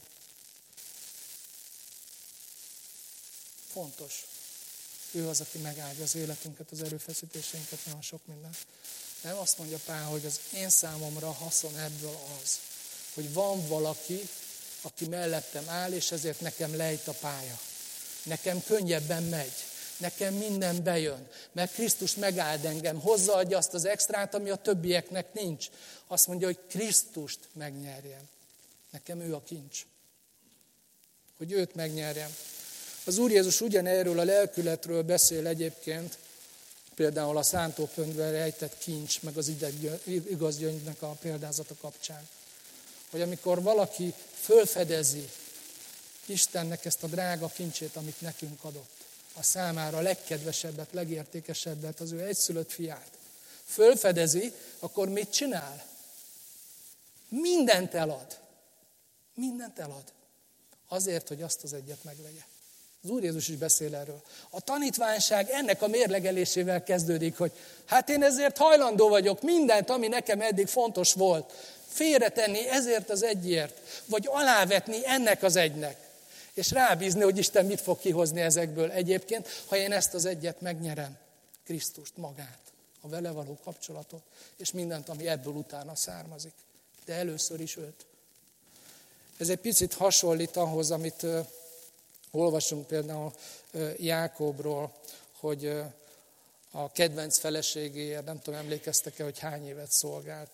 Fontos. Ő az, aki megáldja az életünket, az erőfeszítéseinket, nagyon sok minden. Nem azt mondja Pál, hogy az én számomra haszon ebből az, hogy van valaki, aki mellettem áll, és ezért nekem lejt a pálya. Nekem könnyebben megy. Nekem minden bejön, mert Krisztus megáld engem, hozzáadja azt az extrát, ami a többieknek nincs. Azt mondja, hogy Krisztust megnyerjem. Nekem ő a kincs. Hogy őt megnyerjem. Az Úr Jézus ugyanerről a lelkületről beszél egyébként, például a szántóföldben rejtett kincs, meg az igaz gyöngynek a példázata kapcsán. Hogy amikor valaki fölfedezi Istennek ezt a drága kincsét, amit nekünk adott, a számára a legkedvesebbet, legértékesebbet, az ő egyszülött fiát fölfedezi, akkor mit csinál? Mindent elad. Mindent elad. Azért, hogy azt az egyet megvegye. Az Úr Jézus is beszél erről. A tanítványság ennek a mérlegelésével kezdődik, hogy hát én ezért hajlandó vagyok mindent, ami nekem eddig fontos volt, félretenni ezért az egyért, vagy alávetni ennek az egynek. És rábízni, hogy Isten mit fog kihozni ezekből egyébként, ha én ezt az egyet megnyerem, Krisztust magát, a vele való kapcsolatot, és mindent, ami ebből utána származik. De először is őt. Ez egy picit hasonlít ahhoz, amit uh, olvasunk például uh, Jákobról, hogy uh, a kedvenc feleségéért, nem tudom, emlékeztek-e, hogy hány évet szolgált.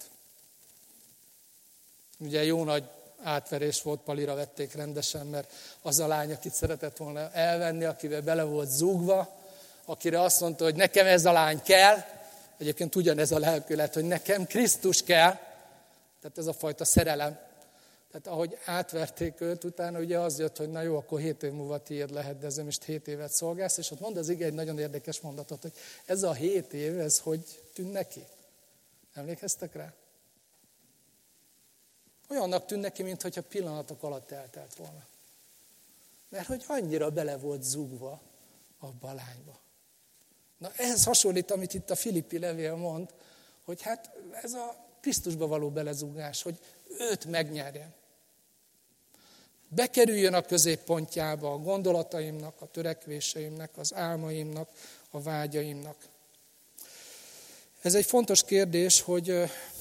Ugye jó nagy átverés volt, palira vették rendesen, mert az a lány, akit szeretett volna elvenni, akivel bele volt zúgva, akire azt mondta, hogy nekem ez a lány kell, egyébként ugyanez a lelkület, hogy nekem Krisztus kell, tehát ez a fajta szerelem. Tehát ahogy átverték őt, utána ugye az jött, hogy na jó, akkor hét év múlva tiéd lehet, de ezzel most hét évet szolgálsz, és ott mond az ige egy nagyon érdekes mondatot, hogy ez a hét év, ez hogy tűnt neki? Emlékeztek rá? Olyannak tűnt neki, mintha pillanatok alatt eltelt volna. Mert hogy annyira bele volt zúgva abba a lányba. Na ehhez hasonlít, amit itt a Filippi levél mond, hogy hát ez a Krisztusba való belezúgás, hogy őt megnyerjen. Bekerüljön a középpontjába a gondolataimnak, a törekvéseimnek, az álmaimnak, a vágyaimnak. Ez egy fontos kérdés, hogy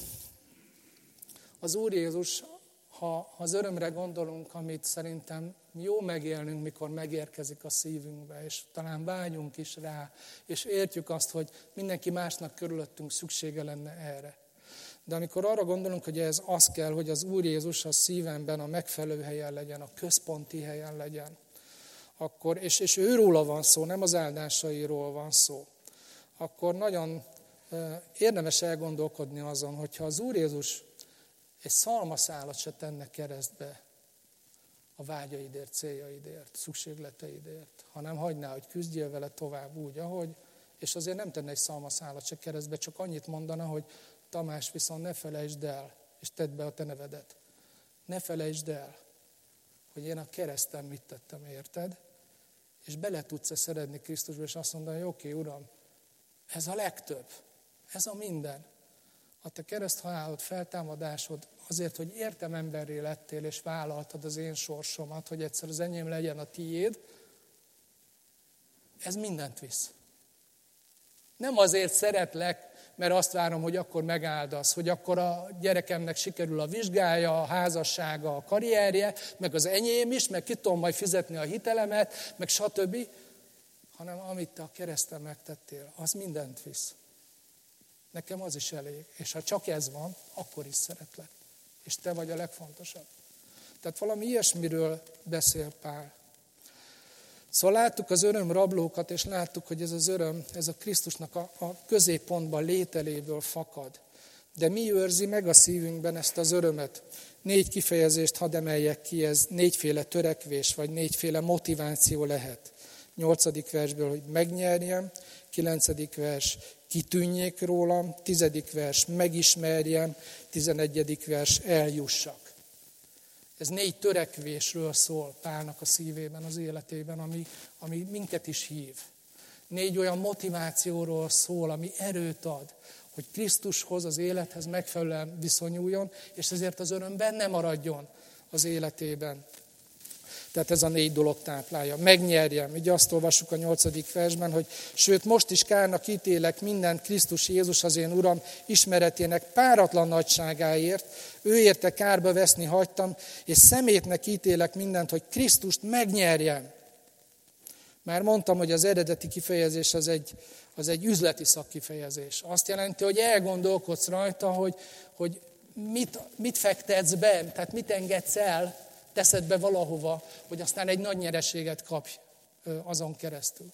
az Úr Jézus, ha az örömre gondolunk, amit szerintem jó megélnünk, mikor megérkezik a szívünkbe, és talán vágyunk is rá, és értjük azt, hogy mindenki másnak körülöttünk szüksége lenne erre. De amikor arra gondolunk, hogy ez az kell, hogy az Úr Jézus a szívemben a megfelelő helyen legyen, a központi helyen legyen, akkor, és, és őróla van szó, nem az áldásairól van szó, akkor nagyon érdemes elgondolkodni azon, hogyha az Úr Jézus egy szalmaszálat se tenne keresztbe a vágyaidért, céljaidért, szükségleteidért, hanem hagyná, hogy küzdjél vele tovább úgy, ahogy, és azért nem tenne egy szalmaszálat se keresztbe, csak annyit mondana, hogy Tamás, viszont ne felejtsd el, és tedd be a te nevedet. Ne felejtsd el, hogy én a kereszten mit tettem, érted? És bele tudsz-e szeretni Krisztusba, és azt mondani, hogy oké, Uram, ez a legtöbb, ez a minden. A te kereszthalálod, feltámadásod azért, hogy értem emberré lettél, és vállaltad az én sorsomat, hogy egyszer az enyém legyen a tiéd, ez mindent visz. Nem azért szeretlek, mert azt várom, hogy akkor megáldasz, hogy akkor a gyerekemnek sikerül a vizsgája, a házassága, a karrierje, meg az enyém is, meg ki tudom majd fizetni a hitelemet, meg stb., hanem amit te a kereszten megtettél, az mindent visz. Nekem az is elég. És ha csak ez van, akkor is szeretlek. És te vagy a legfontosabb. Tehát valami ilyesmiről beszél Pál. Szóval láttuk az örömrablókat, és láttuk, hogy ez az öröm, ez a Krisztusnak a, a középpontban lételéből fakad. De mi őrzi meg a szívünkben ezt az örömet? Négy kifejezést hadd emeljek ki, ez négyféle törekvés, vagy négyféle motiváció lehet. Nyolcadik versből, hogy megnyerjem, kilencedik vers, kitűnjék rólam, tizedik vers, megismerjem, tizenegyedik vers, eljussak. Ez négy törekvésről szól Pálnak a szívében, az életében, ami, ami minket is hív. Négy olyan motivációról szól, ami erőt ad, hogy Krisztushoz, az élethez megfelelően viszonyuljon, és ezért az öröm benne maradjon az életében. Tehát ez a négy dolog táplálja. Megnyerjem. Ugye azt olvassuk a nyolcadik versben, hogy sőt, most is kárnak ítélek mindent Krisztus Jézus az én Uram ismeretének páratlan nagyságáért, ő érte kárba veszni hagytam, és szemétnek ítélek mindent, hogy Krisztust megnyerjem. Már mondtam, hogy az eredeti kifejezés az egy, az egy üzleti szakkifejezés. Azt jelenti, hogy elgondolkodsz rajta, hogy, hogy mit, mit fektetsz be, tehát mit engedsz el, teszed be valahova, hogy aztán egy nagy nyereséget kapj azon keresztül.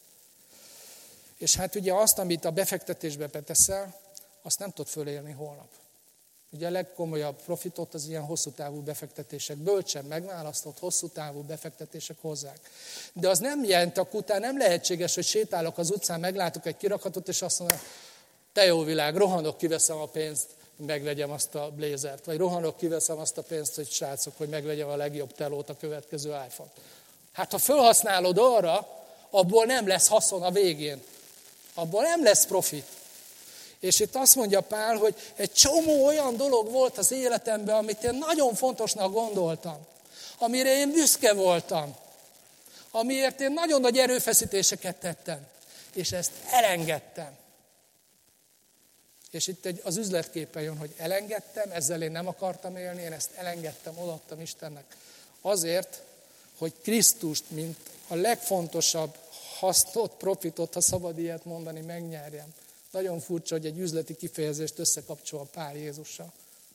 És hát ugye azt, amit a befektetésbe beteszel, azt nem tudod fölélni holnap. Ugye a legkomolyabb profitot az ilyen hosszú távú befektetések, bölcsen megválasztott hosszú távú befektetések hozzák. De az nem jelent, akkor utána nem lehetséges, hogy sétálok az utcán, meglátok egy kirakatot, és azt mondom, te jó világ, rohanok, kiveszem a pénzt, megvegyem azt a blézert, vagy rohanok, kiveszem azt a pénzt, hogy srácok, hogy megvegyem a legjobb telót, a következő iPhone-t. Hát ha felhasználod arra, abból nem lesz haszon a végén. Abból nem lesz profit. És itt azt mondja Pál, hogy egy csomó olyan dolog volt az életemben, amit én nagyon fontosnak gondoltam. Amire én büszke voltam. Amiért én nagyon nagy erőfeszítéseket tettem. És ezt elengedtem. És itt egy, az üzletképe jön, hogy elengedtem, ezzel én nem akartam élni, én ezt elengedtem, odaadtam Istennek. Azért, hogy Krisztust, mint a legfontosabb hasznot, profitot, ha szabad ilyet mondani, megnyerjem. Nagyon furcsa, hogy egy üzleti kifejezést összekapcsol Pál Jézussal.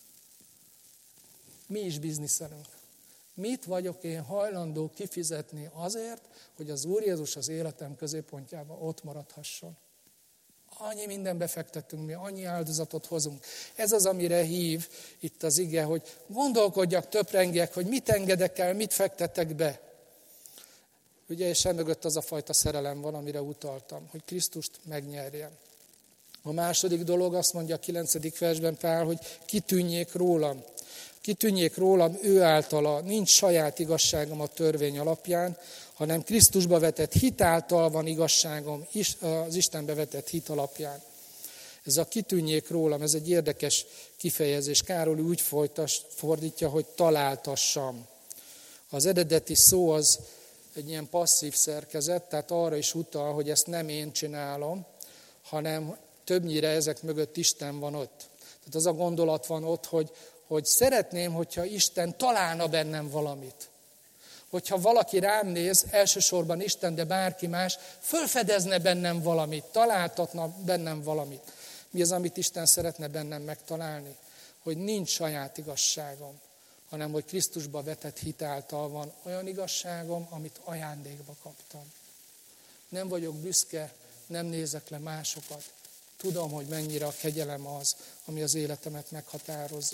Mi is bizniszelünk. Mit vagyok én hajlandó kifizetni azért, hogy az Úr Jézus az életem középpontjában ott maradhasson? Annyi mindenbe fektettünk mi, annyi áldozatot hozunk. Ez az, amire hív itt az ige, hogy gondolkodjak, töprengjek, hogy mit engedek el, mit fektetek be. Ugye, és emögött az a fajta szerelem van, amire utaltam, hogy Krisztust megnyerjem. A második dolog, azt mondja a kilencedik versben Pál, hogy kitűnjék rólam. Kitűnjék rólam ő általa, nincs saját igazságom a törvény alapján, hanem Krisztusba vetett hit által van igazságom, az Istenbe vetett hit alapján. Ez a kitűnjék rólam, ez egy érdekes kifejezés. Károly úgy folytas, fordítja, hogy találtassam. Az eredeti szó az egy ilyen passzív szerkezet, tehát arra is utal, hogy ezt nem én csinálom, hanem többnyire ezek mögött Isten van ott. Tehát az a gondolat van ott, hogy, hogy szeretném, hogyha Isten találna bennem valamit. Hogyha valaki rám néz, elsősorban Isten, de bárki más, fölfedezne bennem valamit, találtatna bennem valamit. Mi az, amit Isten szeretne bennem megtalálni? Hogy nincs saját igazságom, hanem hogy Krisztusba vetett hit által van olyan igazságom, amit ajándékba kaptam. Nem vagyok büszke, nem nézek le másokat. Tudom, hogy mennyire a kegyelem az, ami az életemet meghatározza.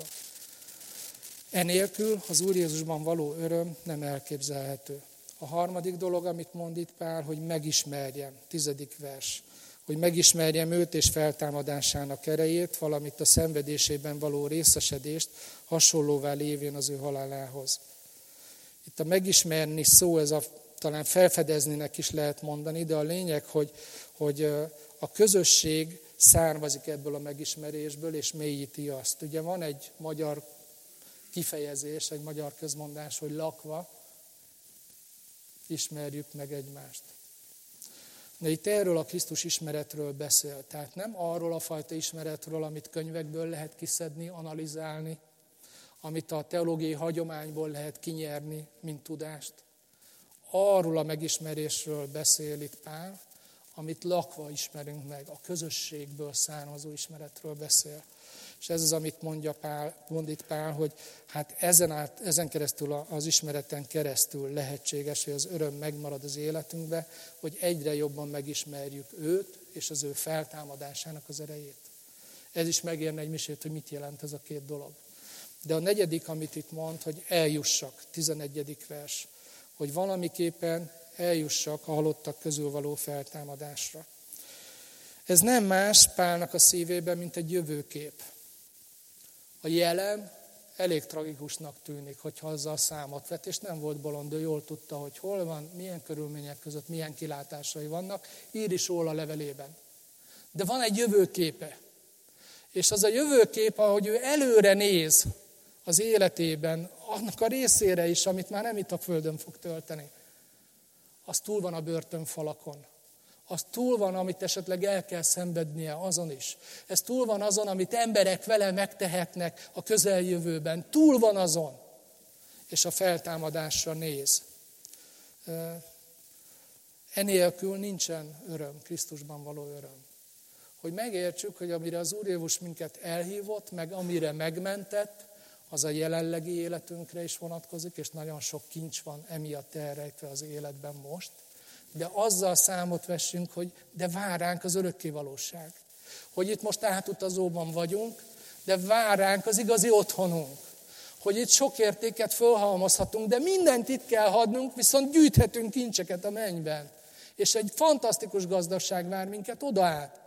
Enélkül az Úr Jézusban való öröm nem elképzelhető. A harmadik dolog, amit mond itt Pál, hogy megismerjem, tizedik vers, hogy megismerjem őt és feltámadásának erejét, valamint a szenvedésében való részesedést, hasonlóvá lévén az ő halálához. Itt a megismerni szó, ez a, talán felfedeznének is lehet mondani, de a lényeg, hogy, hogy a közösség származik ebből a megismerésből, és mélyíti azt. Ugye van egy magyar kifejezés, egy magyar közmondás, hogy lakva ismerjük meg egymást. De itt erről a Krisztus ismeretről beszél. Tehát nem arról a fajta ismeretről, amit könyvekből lehet kiszedni, analizálni, amit a teológiai hagyományból lehet kinyerni, mint tudást. Arról a megismerésről beszél itt Pál, amit lakva ismerünk meg, a közösségből származó ismeretről beszél. És ez az, amit mondja Pál, mond itt Pál, hogy hát ezen, át, ezen keresztül, az ismereten keresztül lehetséges, hogy az öröm megmarad az életünkbe, hogy egyre jobban megismerjük őt és az ő feltámadásának az erejét. Ez is megérne egy misét, hogy mit jelent ez a két dolog. De a negyedik, amit itt mond, hogy eljussak, tizenegyedik vers, hogy valamiképpen eljussak a halottak közül való feltámadásra. Ez nem más Pálnak a szívében, mint egy jövőkép. A jelen elég tragikusnak tűnik, hogyha azzal számot vet, és nem volt bolond, ő jól tudta, hogy hol van, milyen körülmények között, milyen kilátásai vannak, ír is róla a levelében. De van egy jövőképe. És az a jövőkép, ahogy ő előre néz az életében, annak a részére is, amit már nem itt a földön fog tölteni, az túl van a börtönfalakon. Az túl van, amit esetleg el kell szenvednie, azon is. Ez túl van azon, amit emberek vele megtehetnek a közeljövőben. Túl van azon. És a feltámadásra néz. Enélkül nincsen öröm, Krisztusban való öröm. Hogy megértsük, hogy amire az Úr Jézus minket elhívott, meg amire megmentett, az a jelenlegi életünkre is vonatkozik, és nagyon sok kincs van emiatt elrejtve az életben most. De azzal számot vessünk, hogy de vár ránk az örökké valóság. Hogy itt most átutazóban vagyunk, de vár ránk az igazi otthonunk. Hogy itt sok értéket fölhalmozhatunk, de mindent itt kell hagynunk, viszont gyűjthetünk kincseket a mennyben. És egy fantasztikus gazdaság vár minket oda át.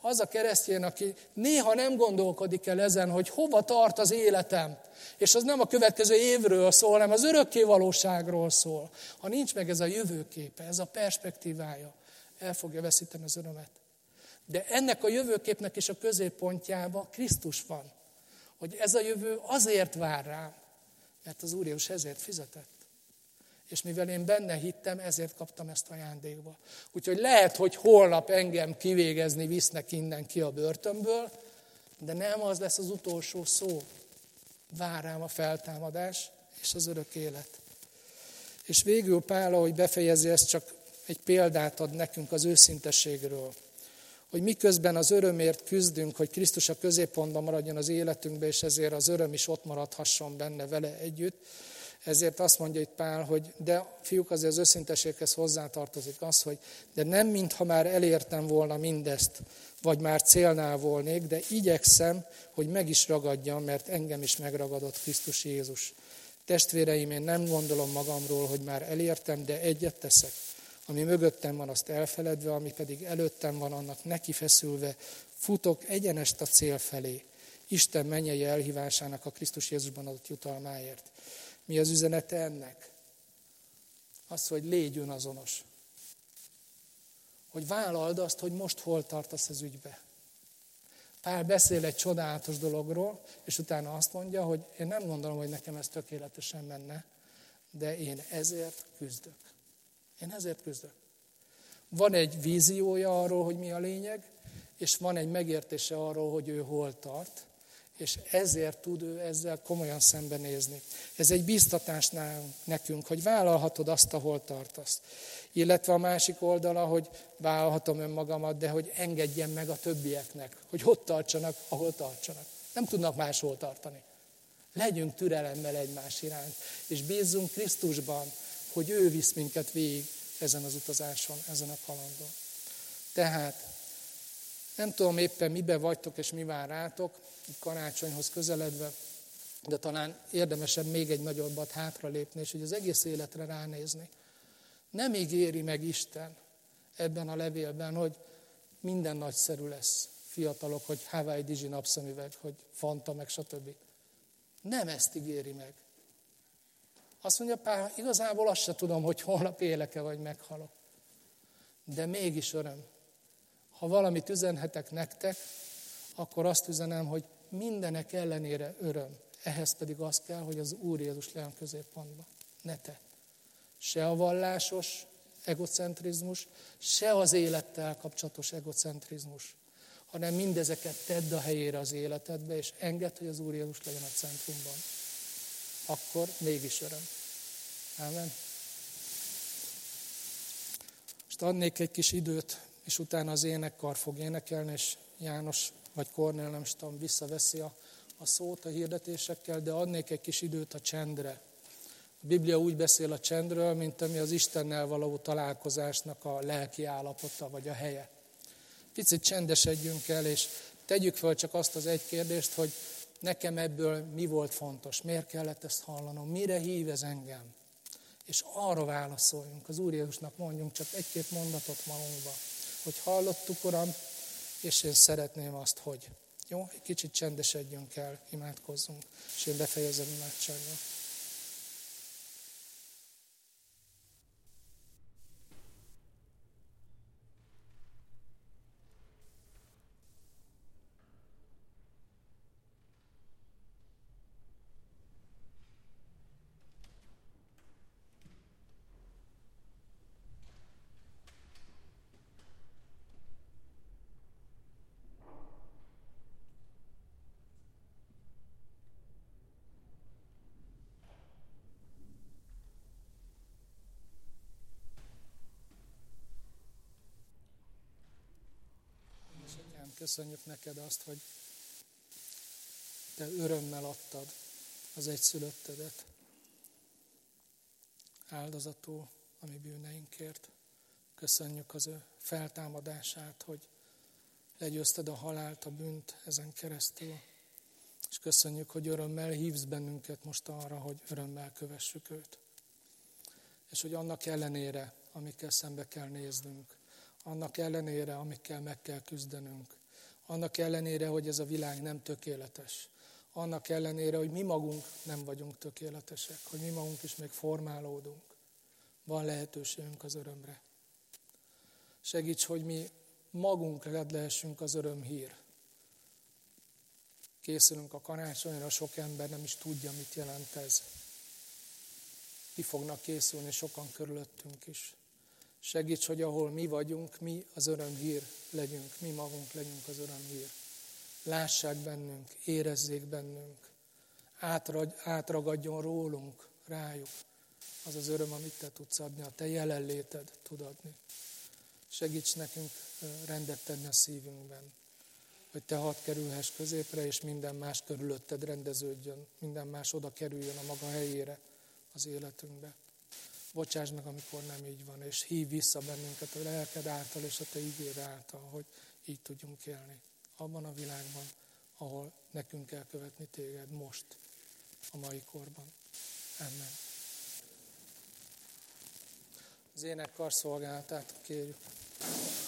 az a keresztény, aki néha nem gondolkodik el ezen, hogy hova tart az életem. És az nem a következő évről szól, hanem az örökké valóságról szól. Ha nincs meg ez a jövőképe, ez a perspektívája, el fogja veszíteni az örömet. De ennek a jövőképnek is a középpontjában Krisztus van. Hogy ez a jövő azért vár rám, mert az Úr Jézus ezért fizetett. És mivel én benne hittem, ezért kaptam ezt ajándékba. Úgyhogy lehet, hogy holnap engem kivégezni visznek innen ki a börtönből, de nem az lesz az utolsó szó. Vár rám a feltámadás és az örök élet. És végül Pál, ahogy befejezi, ezt csak egy példát ad nekünk az őszintességről. Hogy miközben az örömért küzdünk, hogy Krisztus a középpontban maradjon az életünkbe, és ezért az öröm is ott maradhasson benne vele együtt. Ezért azt mondja itt Pál, hogy de fiúk, azért az őszintességhez hozzátartozik az, hogy de nem mintha már elértem volna mindezt, vagy már célnál volnék, de igyekszem, hogy meg is ragadjam, mert engem is megragadott Krisztus Jézus. Testvéreim, én nem gondolom magamról, hogy már elértem, de egyet teszek. Ami mögöttem van, azt elfeledve, ami pedig előttem van, annak nekifeszülve, futok egyenest a cél felé. Isten mennyei elhívásának a Krisztus Jézusban adott jutalmáért. Mi az üzenete ennek? Az, hogy légy önazonos. Hogy vállald azt, hogy most hol tartasz az ügybe. Pál beszél egy csodálatos dologról, és utána azt mondja, hogy én nem gondolom, hogy nekem ez tökéletesen menne, de én ezért küzdök. Én ezért küzdök. Van egy víziója arról, hogy mi a lényeg, és van egy megértése arról, hogy ő hol tart, és ezért tud ő ezzel komolyan szembenézni. Ez egy bíztatás nekünk, hogy vállalhatod azt, ahol tartasz. Illetve a másik oldala, hogy vállalhatom önmagamat, de hogy engedjem meg a többieknek, hogy ott tartsanak, ahol tartsanak. Nem tudnak máshol tartani. Legyünk türelemmel egymás iránt, és bízzunk Krisztusban, hogy ő visz minket végig ezen az utazáson, ezen a kalandon. Tehát nem tudom éppen mibe vagytok és mi vár rátok, karácsonyhoz közeledve, de talán érdemesebb még egy nagyobbat hátralépni, és hogy az egész életre ránézni. Nem ígéri meg Isten ebben a levélben, hogy minden nagyszerű lesz. Fiatalok, hogy Hawaii Dizsi napszemüveg, hogy Fanta, meg stb. Nem ezt ígéri meg. Azt mondja Pál, igazából azt se tudom, hogy holnap élek-e vagy meghalok. De mégis öröm. Ha valamit üzenhetek nektek, akkor azt üzenem, hogy mindenek ellenére öröm. Ehhez pedig az kell, hogy az Úr Jézus legyen középpontban. Ne te. Se a vallásos egocentrizmus, se az élettel kapcsolatos egocentrizmus, hanem mindezeket tedd a helyére az életedbe, és engedd, hogy az Úr Jézus legyen a centrumban. Akkor mégis öröm. Ámen. Most adnék egy kis időt, és utána az énekkar fog énekelni, és János vagy Kornél, nem is tudom, visszaveszi a, a szót a hirdetésekkel, de adnék egy kis időt a csendre. A Biblia úgy beszél a csendről, mint ami az Istennel való találkozásnak a lelki állapota, vagy a helye. Picit csendesedjünk el, és tegyük fel csak azt az egy kérdést, hogy nekem ebből mi volt fontos, miért kellett ezt hallanom, mire hív ez engem. És arra válaszoljunk, az Úr Jézusnak mondjunk csak egy-két mondatot magunkba, hogy hallottuk, Uram, és én szeretném azt, hogy. Jó, egy kicsit csendesedjünk el, imádkozzunk, és én befejezem imádsággal. Köszönjük neked azt, hogy te örömmel adtad az egyszülöttedet áldozatul a mi bűneinkért. Köszönjük az ő feltámadását, hogy legyőzted a halált, a bűnt ezen keresztül. És köszönjük, hogy örömmel hívsz bennünket most arra, hogy örömmel kövessük őt. És hogy annak ellenére, amikkel szembe kell néznünk, annak ellenére, amikkel meg kell küzdenünk, Annak ellenére, hogy ez a világ nem tökéletes. Annak ellenére, hogy mi magunk nem vagyunk tökéletesek, hogy mi magunk is még formálódunk. Van lehetőségünk az örömre. Segíts, hogy mi magunk led lehessünk az örömhír. Készülünk a karácsonyra, sok ember nem is tudja, mit jelent ez. Ki fognak készülni sokan körülöttünk is. Segíts, hogy ahol mi vagyunk, mi az örömhír legyünk, mi magunk legyünk az örömhír. Lássák bennünk, érezzék bennünk, átragadjon rólunk, rájuk az az öröm, amit te tudsz adni, a te jelenléted tud adni. Segíts nekünk rendet tenni a szívünkben, hogy te hadd kerülhess középre, és minden más körülötted rendeződjön, minden más oda kerüljön a maga helyére az életünkbe. Bocsáss meg, amikor nem így van, és hív vissza bennünket a lelked által és a te igéd által, hogy így tudjunk élni. Abban a világban, ahol nekünk kell követni téged most, a mai korban. Amen. Az énekkar szolgálatát kérjük.